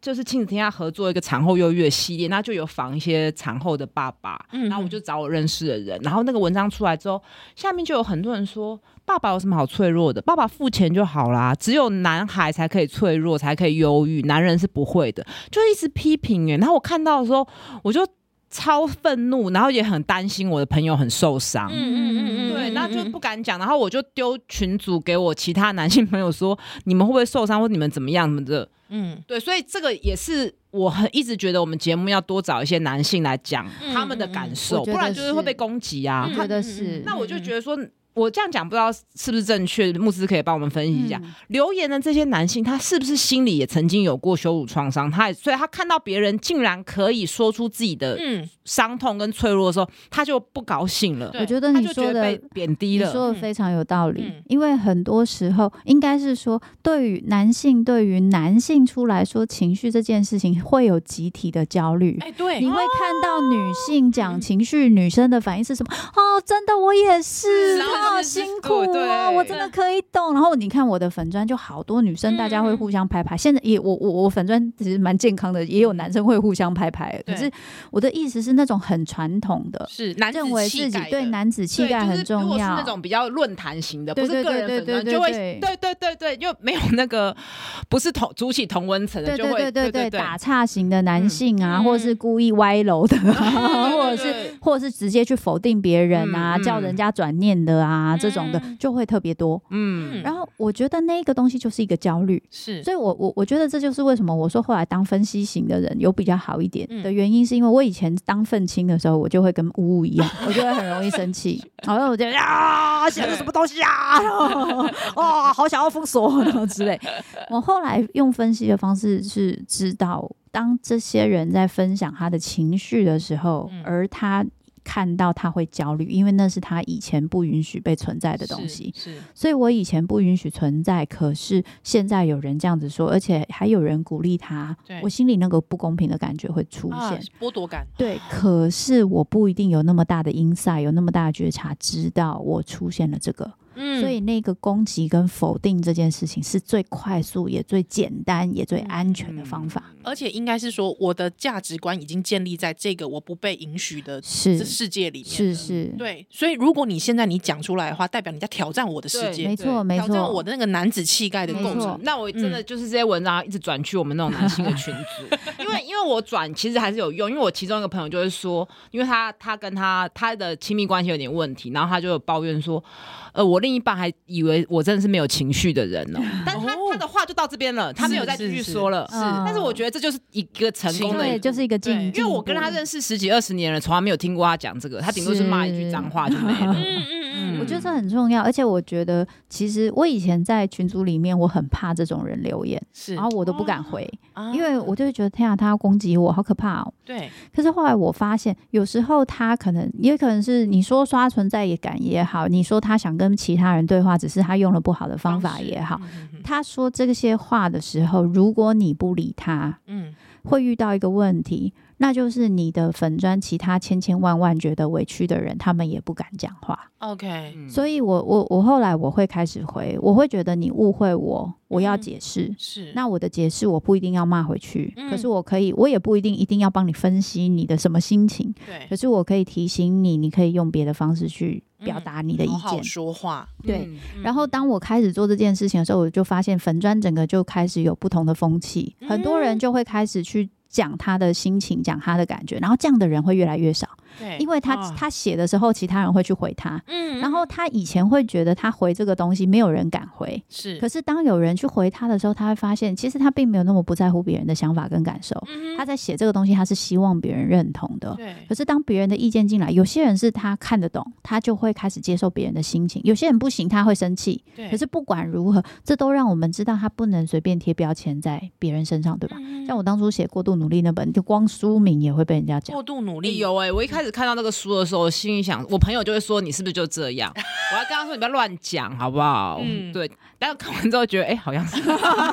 就是亲子天下合作一个产后忧郁的系列，那就有访一些产后的爸爸，然后我就找我认识的人，然后那个文章出来之后，下面就有很多人说，爸爸有什么好脆弱的？爸爸付钱就好啦，只有男孩才可以脆弱，才可以忧郁，男人是不会的，就一直批评然后我看到的时候，我就超愤怒，然后也很担心我的朋友很受伤，对，那就不敢讲，然后我就丢群组给我其他男性朋友说，你们会不会受伤，或你们怎么样什么的，对，所以这个也是我一直觉得我们节目要多找一些男性来讲他们的感受，不然就是会被攻击啊。 我觉得是， 那我就觉得说。我这样讲不知道是不是正确，牧师可以帮我们分析一下，留言的这些男性他是不是心里也曾经有过羞辱创伤，所以他看到别人竟然可以说出自己的伤痛跟脆弱的时候，他就不高兴了。 我觉得你说的被贬低了， 你说的非常有道理，因为很多时候应该是说，对于男性出来说情绪这件事情会有集体的焦虑， 对， 你会看到女性讲情绪，女生的反应是什么？真的我也是，好辛苦哦，我真的可以懂。然后你看我的粉专就好多女生，大家会互相拍拍。现在也我粉专其实蛮健康的，也有男生会互相拍拍。可是我的意思是那种很传统的， 是男子认为自己对男子气概很重要。 如果是那种比较论坛型的，不是个人粉专，就会对，就没有那个不是筑起同温层的，就会对打岔型的男性啊，或是故意歪楼的，或者是直接去否定别人啊，叫人家转念的啊，这种的就会特别多。然后我觉得那个东西就是一个焦虑，所以我觉得这就是为什么我说后来当分析型的人有比较好一点的原因，是因为我以前当愤青的时候，我就会跟呜呜一样，我就会很容易生气，然后我就写的什么东西啊，好想要封锁之类。我后来用分析的方式是知道，当这些人在分享他的情绪的时候，而他看到他会焦虑，因为那是他以前不允许被存在的东西，所以我以前不允许存在，可是现在有人这样子说，而且还有人鼓励他，我心里那个不公平的感觉会出现， 剥夺感。 对，可是我不一定有那么大的 insight， 有那么大的觉察，知道我出现了这个。所以那个攻击跟否定这件事情是最快速也最简单也最安全的方法， 而且应该是说我的价值观已经建立在这个我不被允许的世界里面，是对，所以如果你现在你讲出来的话，代表你在挑战我的世界， 没错， 挑战我的那个男子气概的构成。 那我真的就是这些文章一直转去我们那种男性的群组因为我转其实还是有用，因为我其中一个朋友就会说，因为他跟他的亲密关系有点问题，然后他就有抱怨说我另一半还以为我真的是没有情绪的人但他的话就到这边了，他没有再继续说了。但是我觉得这就是一个成功的， 就是一个进步。 因为我跟他认识10几20年了，从来没有听过他讲这个，他顶多是骂一句脏话就没了。 我觉得这很重要，而且我觉得其实我以前在群组里面，我很怕这种人留言，然后我都不敢回，因为我就会觉得天啊，他要攻击我，好可怕哦。 对。 可是后来我发现，有时候他也可能是你说刷存在感也好，你说他想跟其他人对话，只是他用了不好的方法也好，他说这些话的时候，如果你不理他，会遇到一个问题，那就是你的粉专其他千万觉得委屈的人，他们也不敢讲话。 OK， 所以我后来我会开始回，我会觉得你误会我要解释，那我的解释我不一定要骂回去，可是我也不一定要帮你分析你的什么心情，可是我可以提醒你，你可以用别的方式去表达你的意见， 好好说话。 对，然后当我开始做这件事情的时候，我就发现粉专整个就开始有不同的风气，很多人就会开始去讲他的心情，讲他的感觉，然后这样的人会越来越少。因为他写的时候，其他人会去回他，然后他以前会觉得他回这个东西没有人敢回，可是当有人去回他的时候，他会发现其实他并没有那么不在乎别人的想法跟感受，他在写这个东西，他是希望别人认同的。可是当别人的意见进来，有些人是他看得懂，他就会开始接受别人的心情，有些人不行，他会生气。可是不管如何，这都让我们知道他不能随便贴标签在别人身上，对吧？像我当初写过度努力那本，就光书名也会被人家讲过度努力。 有我一开始看到那个书的时候，心里想，我朋友就会说你是不是就这样？我要跟他说你不要乱讲，好不好？对。但是看完之后觉得，好像是。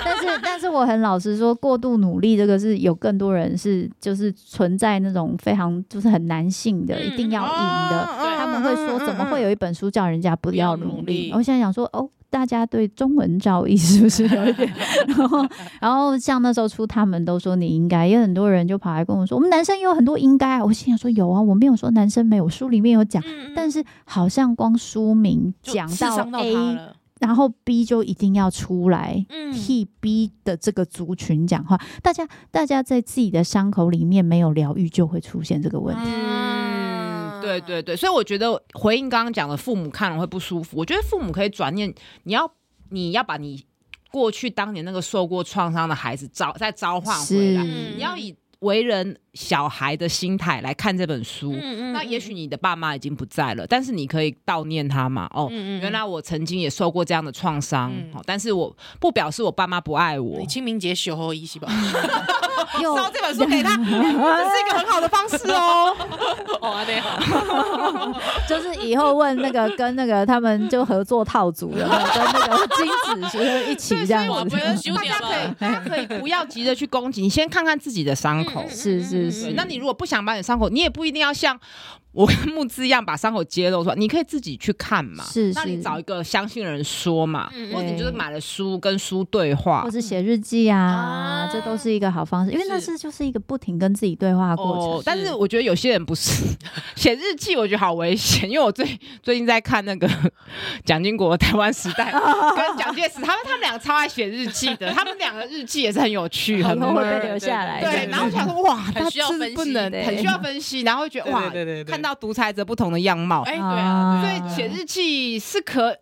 但是我很老实说，过度努力这个是有更多人是就是存在那种非常就是很男性的，一定要赢的。他们会说，怎么会有一本书叫人家不要努力？我现在想说，大家对中文造诣是不是有一点？然后像那时候出，他们都说你应该，也有很多人就跑来跟我说，我们男生也有很多应该啊。我心想说有啊，我没有说男生没有，书里面有讲，但是好像光书名讲到 A。然后 B 就一定要出来替 B 的这个族群讲话，大家在自己的伤口里面没有疗愈，就会出现这个问题。 对对对，所以我觉得回应刚刚讲的，父母看了会不舒服。我觉得父母可以转念，你要把你过去当年那个受过创伤的孩子再召唤回来，你要以为人小孩的心态来看这本书。那也许你的爸妈已经不在了，但是你可以悼念他嘛。原来我曾经也受过这样的创伤，但是我不表示我爸妈不爱我。 你清明节守候一起吧， 烧这本书给他，这是一个很好的方式哦。 对，好， 就是以后问跟他们就合作套组了，跟那个金子是一起这样子。 大家可以不要急着去攻击，你先看看自己的伤口。 是。 那你如果不想把你的伤口，你也不一定要像我跟木之一样把伤口揭露出来，你可以自己去看嘛。那你找一个相信的人说嘛，或者你就是买了书跟书对话， 或是写日记啊，这都是一个好方式，因为那就是一个不停跟自己对话的过程。 但是我觉得有些人不是写日记，我觉得好危险，因为我最近在看那个蒋经国的台湾时代跟蒋介石，他们两个超爱写日记的，他们两个日记也是很有趣，很会被留下来。 对，然后我想说哇， 很需要分析， 很需要分析，然后会觉得哇，看到独裁者不同的样貌。 对啊， 所以写日记是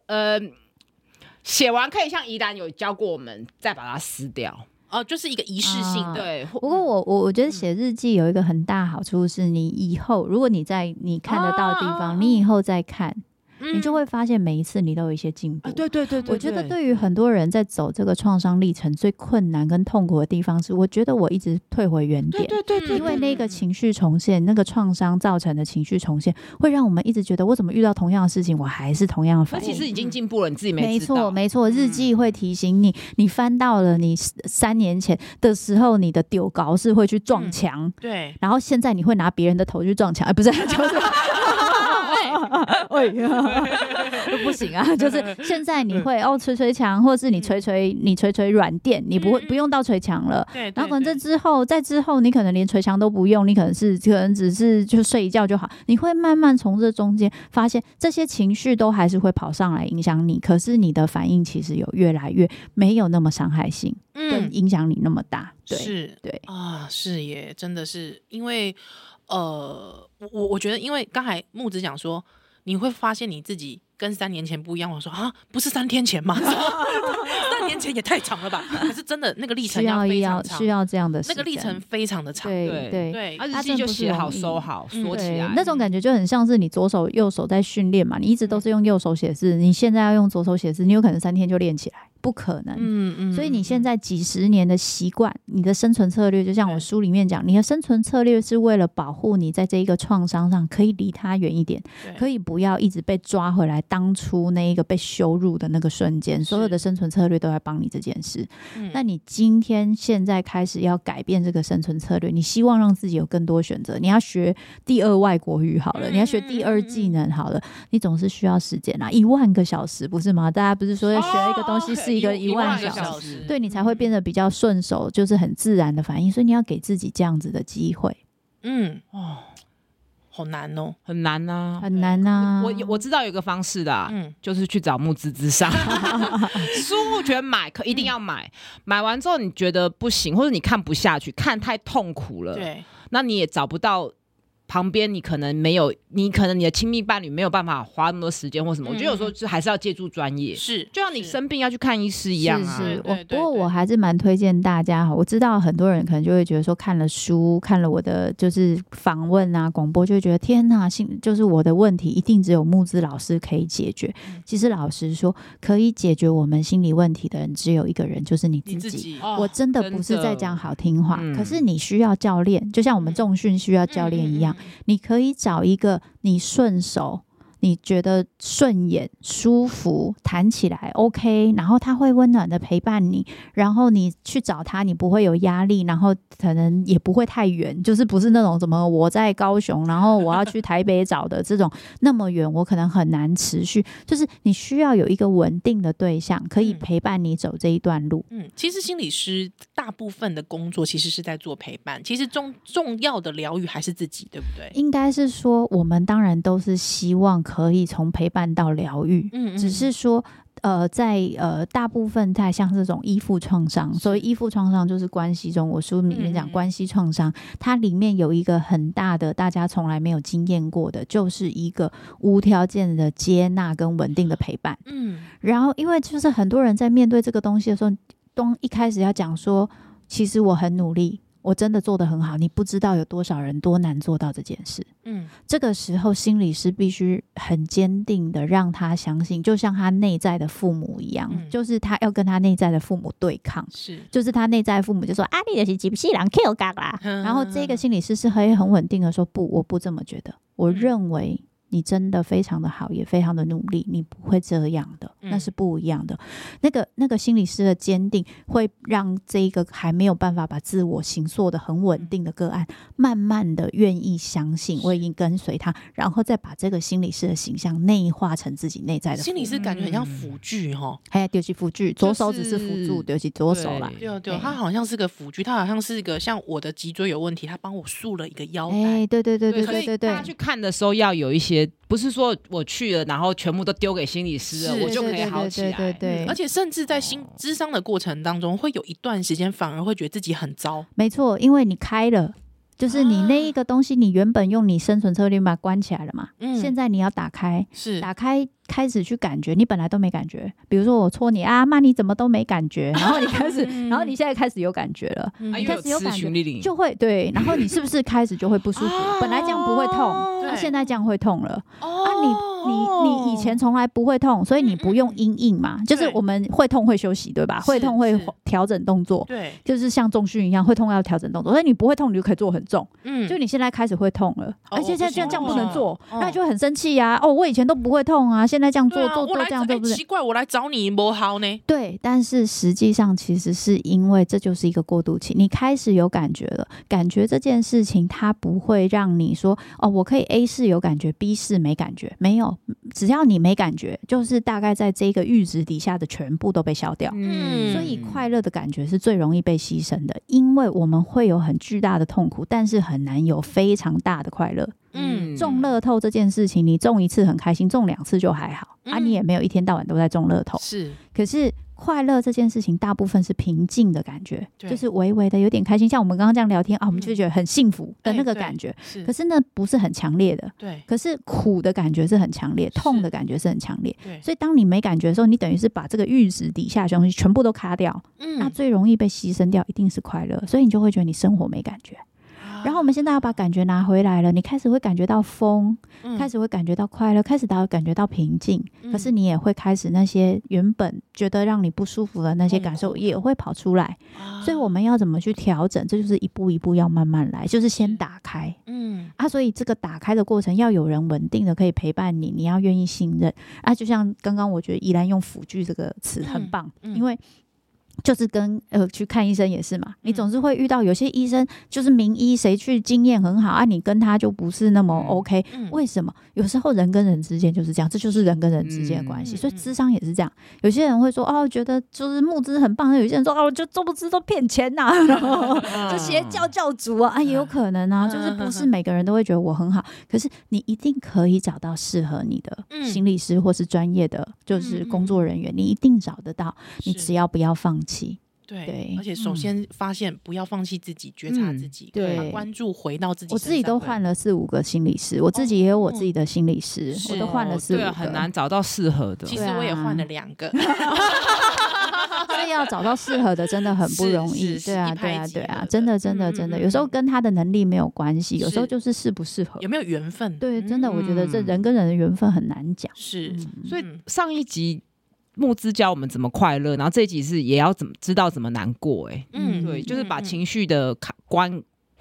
写完可以像宜兰有教过我们，再把它撕掉。 就是一个仪式性的。 对， 不过我觉得写日记有一个很大好处是，你以后如果你在你看得到的地方，你以后再看。你就会发现每一次你都有一些进步。 对， 我觉得对于很多人在走这个创伤历程最困难跟痛苦的地方是，我觉得我一直退回原点。对，因为那个情绪重现，那个创伤造成的情绪重现，会让我们一直觉得我怎么遇到同样的事情，我还是同样的反应。 其实已经进步了，你自己没知道。 没错，日记会提醒你，你翻到了你3年前的时候，你的丢稿是会去撞墙。 对， 然后现在你会拿别人的头去撞墙，不是，就是。不行啊，就是现在你会捶墙，或是你捶软垫，你不用到捶墙了。 对， 然后可能在之后你可能连捶墙都不用，你可能只是就睡一觉就好。你会慢慢从这中间发现，这些情绪都还是会跑上来影响你，可是你的反应其实有越来越没有那么伤害性，跟影响你那么大。对， 是， 对啊，是耶，真的是因为我觉得，因为刚才木子讲说，你会发现你自己跟3年前不一样。我说不是3天前吗？3年前也太长了吧？可是真的那个历程非常长， 需要这样的时间， 那个历程非常的长。 对， 日记就写好收好锁起来， 那种感觉就很像是你左手右手在训练嘛。你一直都是用右手写字，你现在要用左手写字，你有可能3天就练起来。不可能，所以你现在几十年的习惯，你的生存策略，就像我书里面讲，你的生存策略是为了保护你在这一个创伤上可以离它远一点，可以不要一直被抓回来当初那一个被羞辱的那个瞬间，所有的生存策略都在帮你这件事。那你现在开始要改变这个生存策略，你希望让自己有更多选择，你要学第2外国语好了，你要学第2技能好了，你总是需要时间啊，10000个小时不是吗？大家不是说要学一个东西是一个10000小时，对，你才会变得比较顺手，就是很自然的反应，所以你要给自己这样子的机会。 好难哦， 很难啊， 很难啊。 我知道有一个方式的，就是去找募资之上书，我觉得一定要买，买完之后你觉得不行，或者你看不下去，看太痛苦了， 对， 那你也找不到。旁边你可能你的亲密伴侣没有办法花那么多时间或什么，我觉得有时候就还是要借助专业， 是就像你生病要去看医师一样啊。 不过我还是蛮推荐大家，我知道很多人可能就会觉得说，看了书，看了我的就是访问啊、广播，就会觉得天哪，就是我的问题一定只有募资老师可以解决。其实老实说，可以解决我们心理问题的人只有一个人，就是你自己。我真的不是在讲好听话，可是你需要教练，就像我们重训需要教练一样。你可以找一个你顺手你觉得顺眼、舒服，谈起来 OK， 然后他会温暖的陪伴你，然后你去找他，你不会有压力，然后可能也不会太远，就是不是那种什么我在高雄，然后我要去台北找的这种那么远，我可能很难持续。就是你需要有一个稳定的对象，可以陪伴你走这一段路。 其实心理师大部分的工作其实是在做陪伴，其实重要的疗愈还是自己，对不对？ 应该是说，我们当然都是希望可以从陪伴到疗愈，只是说在大部分在像这种依附创伤，所谓依附创伤就是关系中，我书里面讲关系创伤，它里面有一个很大的大家从来没有经验过的，就是一个无条件的接纳跟稳定的陪伴。然后因为就是很多人在面对这个东西的时候，一开始要讲说，其实我很努力，我真的做得很好，你不知道有多少人多难做到这件事。这个时候心理师必须很坚定的让他相信，就像他内在的父母一样，就是他要跟他内在的父母对抗，就是他内在的父母就说啊，你就是gypsy人 Q 嘎啦，然后这个心理师是很稳定的说，不，我不这么觉得，我认为你真的非常的好，也非常的努力，你不会这样的，那是不一样的。那个心理师的坚定会让这一个还没有办法把自我形塑的很稳定的个案，慢慢的愿意相信，我已经跟随他，然后再把这个心理师的形象内化成自己内在的。 心理师感觉很像辅具齁， 就是辅具，左手只是辅助，就是左手啦。 对，他好像是个辅具，他好像是个像我的脊椎有问题，他帮我束了一个腰带。 对， 所以大家去看的时候要有一些。不是说我去了然后全部都丢给心理师了我就可以好起来。 对， 而且甚至在諮商的过程当中会有一段时间反而会觉得自己很糟。 没错，因为你开了，就是你那一个东西你原本用你生存策略把它关起来了嘛，现在你要打开，打开开始去感觉，你本来都没感觉，比如说我戳你啊，妈你怎么都没感觉，然后你开始然后你现在开始有感觉了，你开始有感觉就会对，然后你是不是开始就会不舒服本来这样不会痛，现在这样会痛了你以前从来不会痛，所以你不用因应嘛，就是我们会痛会休息对吧，会痛会调整动作，对，就是像重训一样，会痛要调整动作，所以你不会痛你就可以做很重，就你现在开始会痛了，而且现在这样不能做，那你就很生气啊，我以前都不会痛啊，现在这样做这样对不对？ 奇怪，我来找你不好呢？ 对，但是实际上其实是因为这就是一个过渡期，你开始有感觉了，感觉这件事情它不会让你说我可以 A 式有感觉 B 式没感觉，没有，只要你没感觉，就是大概在这个阈值底下的全部都被消掉，所以快乐的感觉是最容易被牺牲的，因为我们会有很巨大的痛苦，但是很难有非常大的快乐。中乐透这件事情，你中一次很开心，中2次就还好你也没有一天到晚都在中乐透，可是快乐这件事情大部分是平静的感觉，就是微微的有点开心，像我们刚刚这样聊天我们就觉得很幸福的那个感觉，可是那不是很强烈的，可是苦的感觉是很强烈，痛的感觉是很强烈，所以当你没感觉的时候，你等于是把这个阈值底下的东西全部都卡掉，那最容易被牺牲掉一定是快乐，所以你就会觉得你生活没感觉。然后我们现在要把感觉拿回来了，你开始会感觉到风，开始会感觉到快乐，开始感觉到平静，可是你也会开始那些原本觉得让你不舒服的那些感受也会跑出来，所以我们要怎么去调整，这就是一步一步要慢慢来，就是先打开所以这个打开的过程要有人稳定的可以陪伴你，你要愿意信任就像刚刚我觉得宜兰用辅具这个词很棒，因为就是跟去看医生也是嘛，你总是会遇到有些医生就是名医，谁去经验很好你跟他就不是那么 OK，为什么？有时候人跟人之间就是这样，这就是人跟人之间的关系，所以諮商也是这样。有些人会说觉得就是募资很棒，有些人说就做不资都骗钱然后就邪教教主也有可能就是不是每个人都会觉得我很好，可是你一定可以找到适合你的心理师或是专业的就是工作人员，你一定找得到，你只要不要放弃。 对，而且首先发现不要放弃自己，觉察自己，把关注回到自己身上。 我自己都换了4-5个心理师，我自己也有我自己的心理师，我都换了4-5个， 很难找到适合的。 其实我也换了2个， 所以要找到适合的真的很不容易。对啊，真的，有时候跟他的能力没有关系，有时候就是适不适合， 有没有缘分。 对，真的，我觉得这人跟人的缘分很难讲。 所以上一集募资教我们怎么快乐，然后这一集是也要知道怎么难过对，就是把情绪的关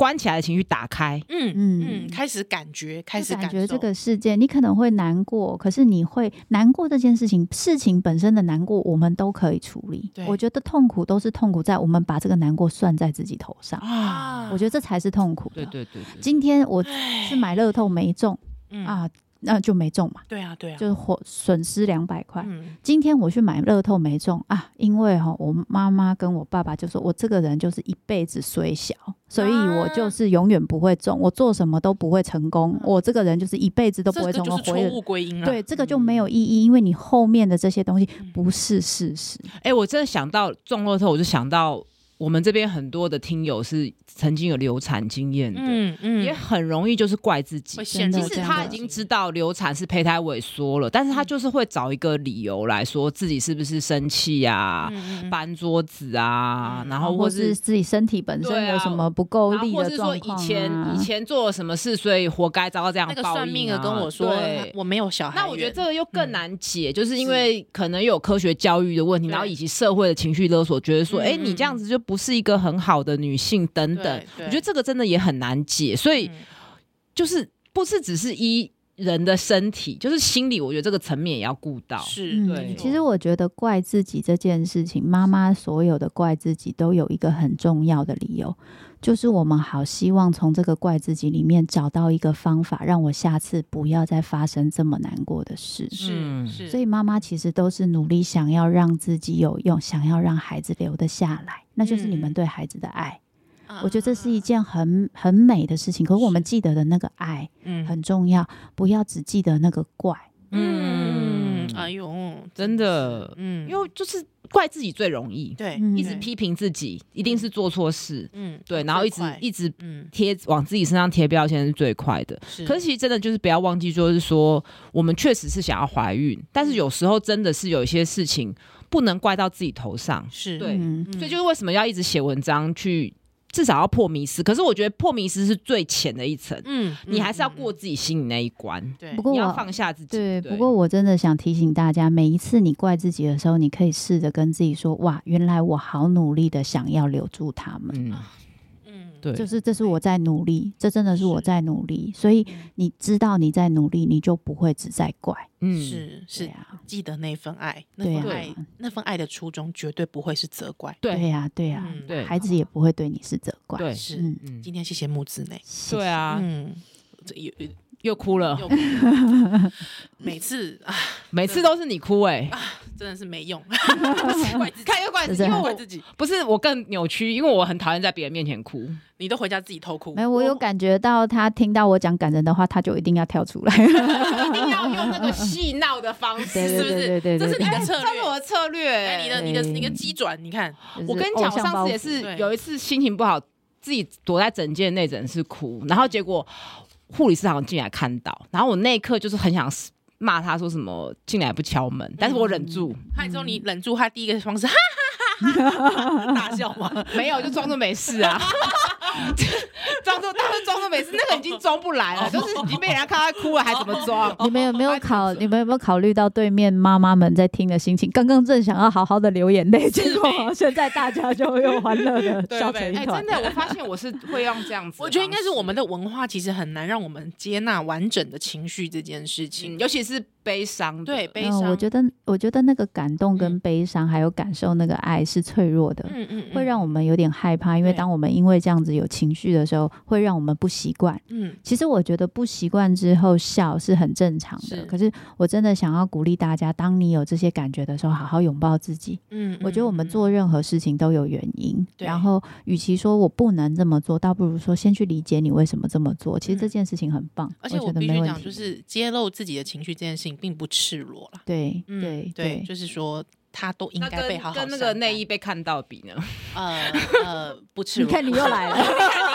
关起来的情绪打开， 开始感觉这个事件，你可能会难过，可是你会难过这件事情本身的难过，我们都可以处理。我觉得痛苦都是痛苦在我们把这个难过算在自己头上啊，我觉得这才是痛苦的。对，今天我去买乐透没中啊。那就没中嘛， 对啊， 就是损失200块。今天我去买乐透没中啊，因为我妈妈跟我爸爸就说我这个人就是一辈子衰小，所以我就是永远不会中，我做什么都不会成功，我这个人就是一辈子都不会成功。 这就是错误归因了。 对，这个就没有意义，因为你后面的这些东西不是事实。 我真的想到中乐透，我就想到我们这边很多的听友是曾经有流产经验的，也很容易就是怪自己。即使他已经知道流产是胚胎萎缩了，但是他就是会找一个理由来说自己是不是生气啊、搬桌子啊，然后或是自己身体本身有什么不够力的状况， 或是说以前做了什么事，所以活该遭到这样报应。 那个算命的跟我说我没有小孩， 那我觉得这个又更难解，就是因为可能有科学教育的问题，然后以及社会的情绪勒索，觉得说你这样子就不是一个很好的女性等等。我觉得这个真的也很难解，所以就是不是只是人的身体，就是心理，我觉得这个层面也要顾到。 对。 其实我觉得怪自己这件事情，妈妈所有的怪自己都有一个很重要的理由，就是我们好希望从这个怪自己里面找到一个方法，让我下次不要再发生这么难过的事。 是。 所以妈妈其实都是努力想要让自己有用，想要让孩子留得下来，那就是你们对孩子的爱。我觉得这是一件很美的事情，可是我们记得的那个爱很重要，不要只记得那个怪。 哎呦， 真的，因为就是怪自己最容易， 对， 一直批评自己，一定是做错事，对，然后一直往自己身上贴标签是最快的。可是其实真的就是不要忘记，就是说我们确实是想要怀孕，但是有时候真的是有一些事情不能怪到自己头上，对，所以就是为什么要一直写文章去。至少要破迷思，可是我觉得破迷思是最浅的一层，你还是要过自己心里那一关， 不过你要放下自己。 对，不过我真的想提醒大家，每一次你怪自己的时候，你可以试着跟自己说：哇，原来我好努力的想要留住他们。对，就是这是我在努力，这真的是我在努力，所以你知道你在努力，你就不会只在怪。 是记得那份爱，那份爱的初衷绝对不会是责怪。 对呀，孩子也不会对你是责怪。 对，今天谢谢木子呢。 对啊，又哭了， 每次都是你哭真的是没用。 看又怪自己，因为我自己不是我更扭曲，因为我很讨厌在别人面前哭。 你都回家自己偷哭？ 没有，我有感觉到他听到我讲感人的话，他就一定要跳出来， 一定要用那个戏闹的方式，是不是？ 对， 这是你的策略， 这是我的策略。 你的机转，你看， 我跟你讲，我上次也是有一次心情不好，自己躲在诊间内诊室哭，然后结果护理师好像进来看到，然后我那一刻就是很想骂他说什么进来不敲门，但是我忍住。 之后你忍住，他第一个方式哈哈哈大笑吗？ 没有，就装作没事啊。装作没事，那个已经装不来了，就是已经被人家看他哭了，还怎么装？ 你们有没有考虑到对面妈妈们在听的心情？刚刚正想要好好的流眼泪，结果现在大家就又欢乐的笑成一团。 真的，我发现我是会用这样子。 我觉得应该是我们的文化其实很难让我们接纳完整的情绪这件事情， 尤其是悲伤。 对，悲伤。 我觉得那个感动跟悲伤，还有感受那个爱是脆弱的，会让我们有点害怕，因为当我们因为这样子有情绪的时候，会让我们不习惯。其实我觉得不习惯之后笑是很正常的。可是我真的想要鼓励大家，当你有这些感觉的时候，好好拥抱自己。我觉得我们做任何事情都有原因，然后与其说我不能这么做，倒不如说先去理解你为什么这么做。其实这件事情很棒， 而且我必须讲，就是揭露自己的情绪这件事情并不赤裸啦。 对， 就是说他都应该被好好跟那个内衣被看到比呢？ 不赤裸。 你看你又来了，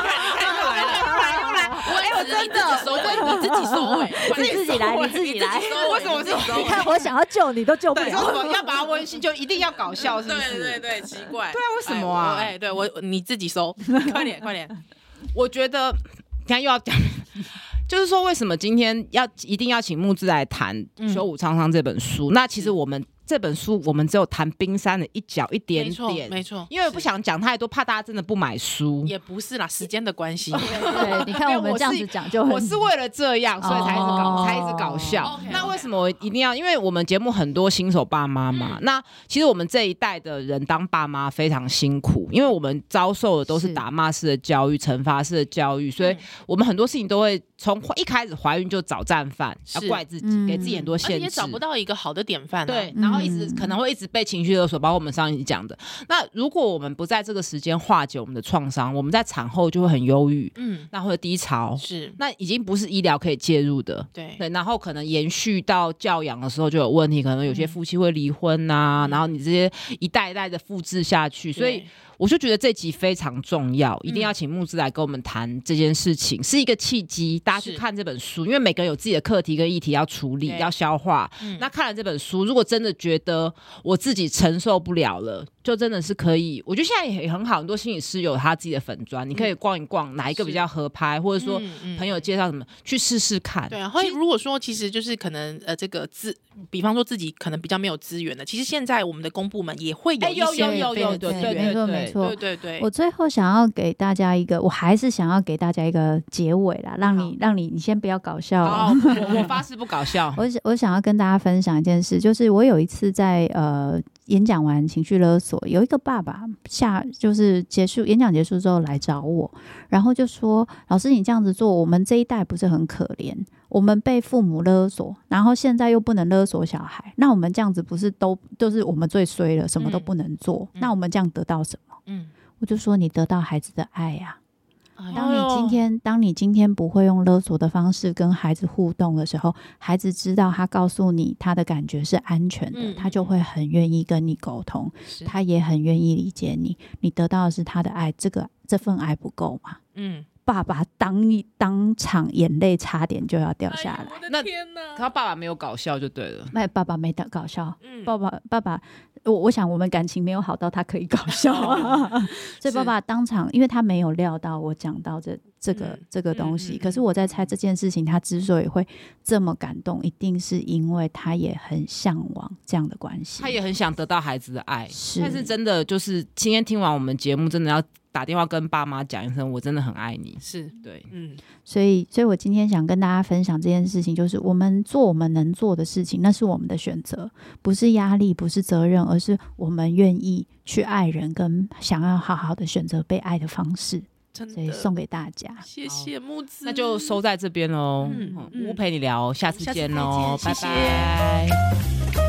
我真的收尾，你自己收尾， 你自己来。 为什么是？ 你看我想要救你都救不了， 为什么要把它温馨就一定要搞笑？是不是？ 对，奇怪。 对啊，为什么啊？ 对你自己收，快点。 我觉得你看又要讲。就是说，为什么今天一定要请木子来谈《修武沧桑》这本书？那其实我们这本书我们只有谈冰山的一角一点点， 没错， 因为不想讲太多，怕大家真的不买书。 也不是啦，时间的关系。 对，你看我们这样子讲就很， 我是为了这样，所以才一直搞笑。那为什么我一定要？因为我们节目很多新手爸妈嘛，那其实我们这一代的人当爸妈非常辛苦，因为我们遭受的都是打骂式的教育、惩罚式的教育，所以我们很多事情都会从一开始怀孕就找战犯，要怪自己，给自己很多限制， 也找不到一个好的典范。 对，然后可能会一直被情绪勒索，包括我们上一集讲的。那如果我们不在这个时间化解我们的创伤，我们在产后就会很忧郁，那会低潮， 是， 那已经不是医疗可以介入的， 对， 然后可能延续到教养的时候就有问题，可能有些夫妻会离婚啊，然后你这些一代一代的复制下去，所以我就觉得这集非常重要，一定要请慕姿来跟我们谈这件事情，是一个契机，大家去看这本书，因为每个人有自己的课题跟议题要处理，要消化。那看了这本书，如果真的觉得我自己承受不了了，就真的是可以，我觉得现在也很好，很多心理师有他自己的粉专，你可以逛一逛，哪一个比较合拍，或者说朋友介绍什么，去试试看。 对啊，或者如果说其实就是可能这个比方说自己可能比较没有资源的，其实现在我们的公部门也会有一些有，对， 没错， 对。 我最后想要给大家一个，我还是想要给大家一个结尾啦，让你先不要搞笑。 好，我发誓不搞笑。 我想要跟大家分享一件事，就是我有一次在演讲完情绪勒索，有一个爸爸就是演讲结束之后来找我，然后就说：“老师，你这样子做，我们这一代不是很可怜？我们被父母勒索，然后现在又不能勒索小孩，那我们这样子不是就是我们最衰了，什么都不能做？那我们这样得到什么？”我就说：“你得到孩子的爱呀。当你今天不会用勒索的方式跟孩子互动的时候，孩子知道他告诉你他的感觉是安全的，他就会很愿意跟你沟通，他也很愿意理解你。你得到的是他的爱，这份爱不够吗？”爸爸当场眼泪差点就要掉下来。 我的天哪！ 可他爸爸没有搞笑就对了。 爸爸没搞笑。爸爸，我想我们感情没有好到他可以搞笑所以爸爸当场，因为他没有料到我讲到这个东西，可是我在猜这件事情他之所以会这么感动，一定是因为他也很向往这样的关系， 他也很想得到孩子的爱。但是真的就是今天听完我们节目，真的要打电话跟爸妈讲一声，我真的很爱你。 是对， 所以我今天想跟大家分享这件事情，就是我们做我们能做的事情，那是我们的选择，不是压力，不是责任，而是我们愿意去爱人，跟想要好好的选择被爱的方式。所以送给大家， 谢谢慕姿， 那就收在这边喽。屋陪你聊，下次见喽，拜拜。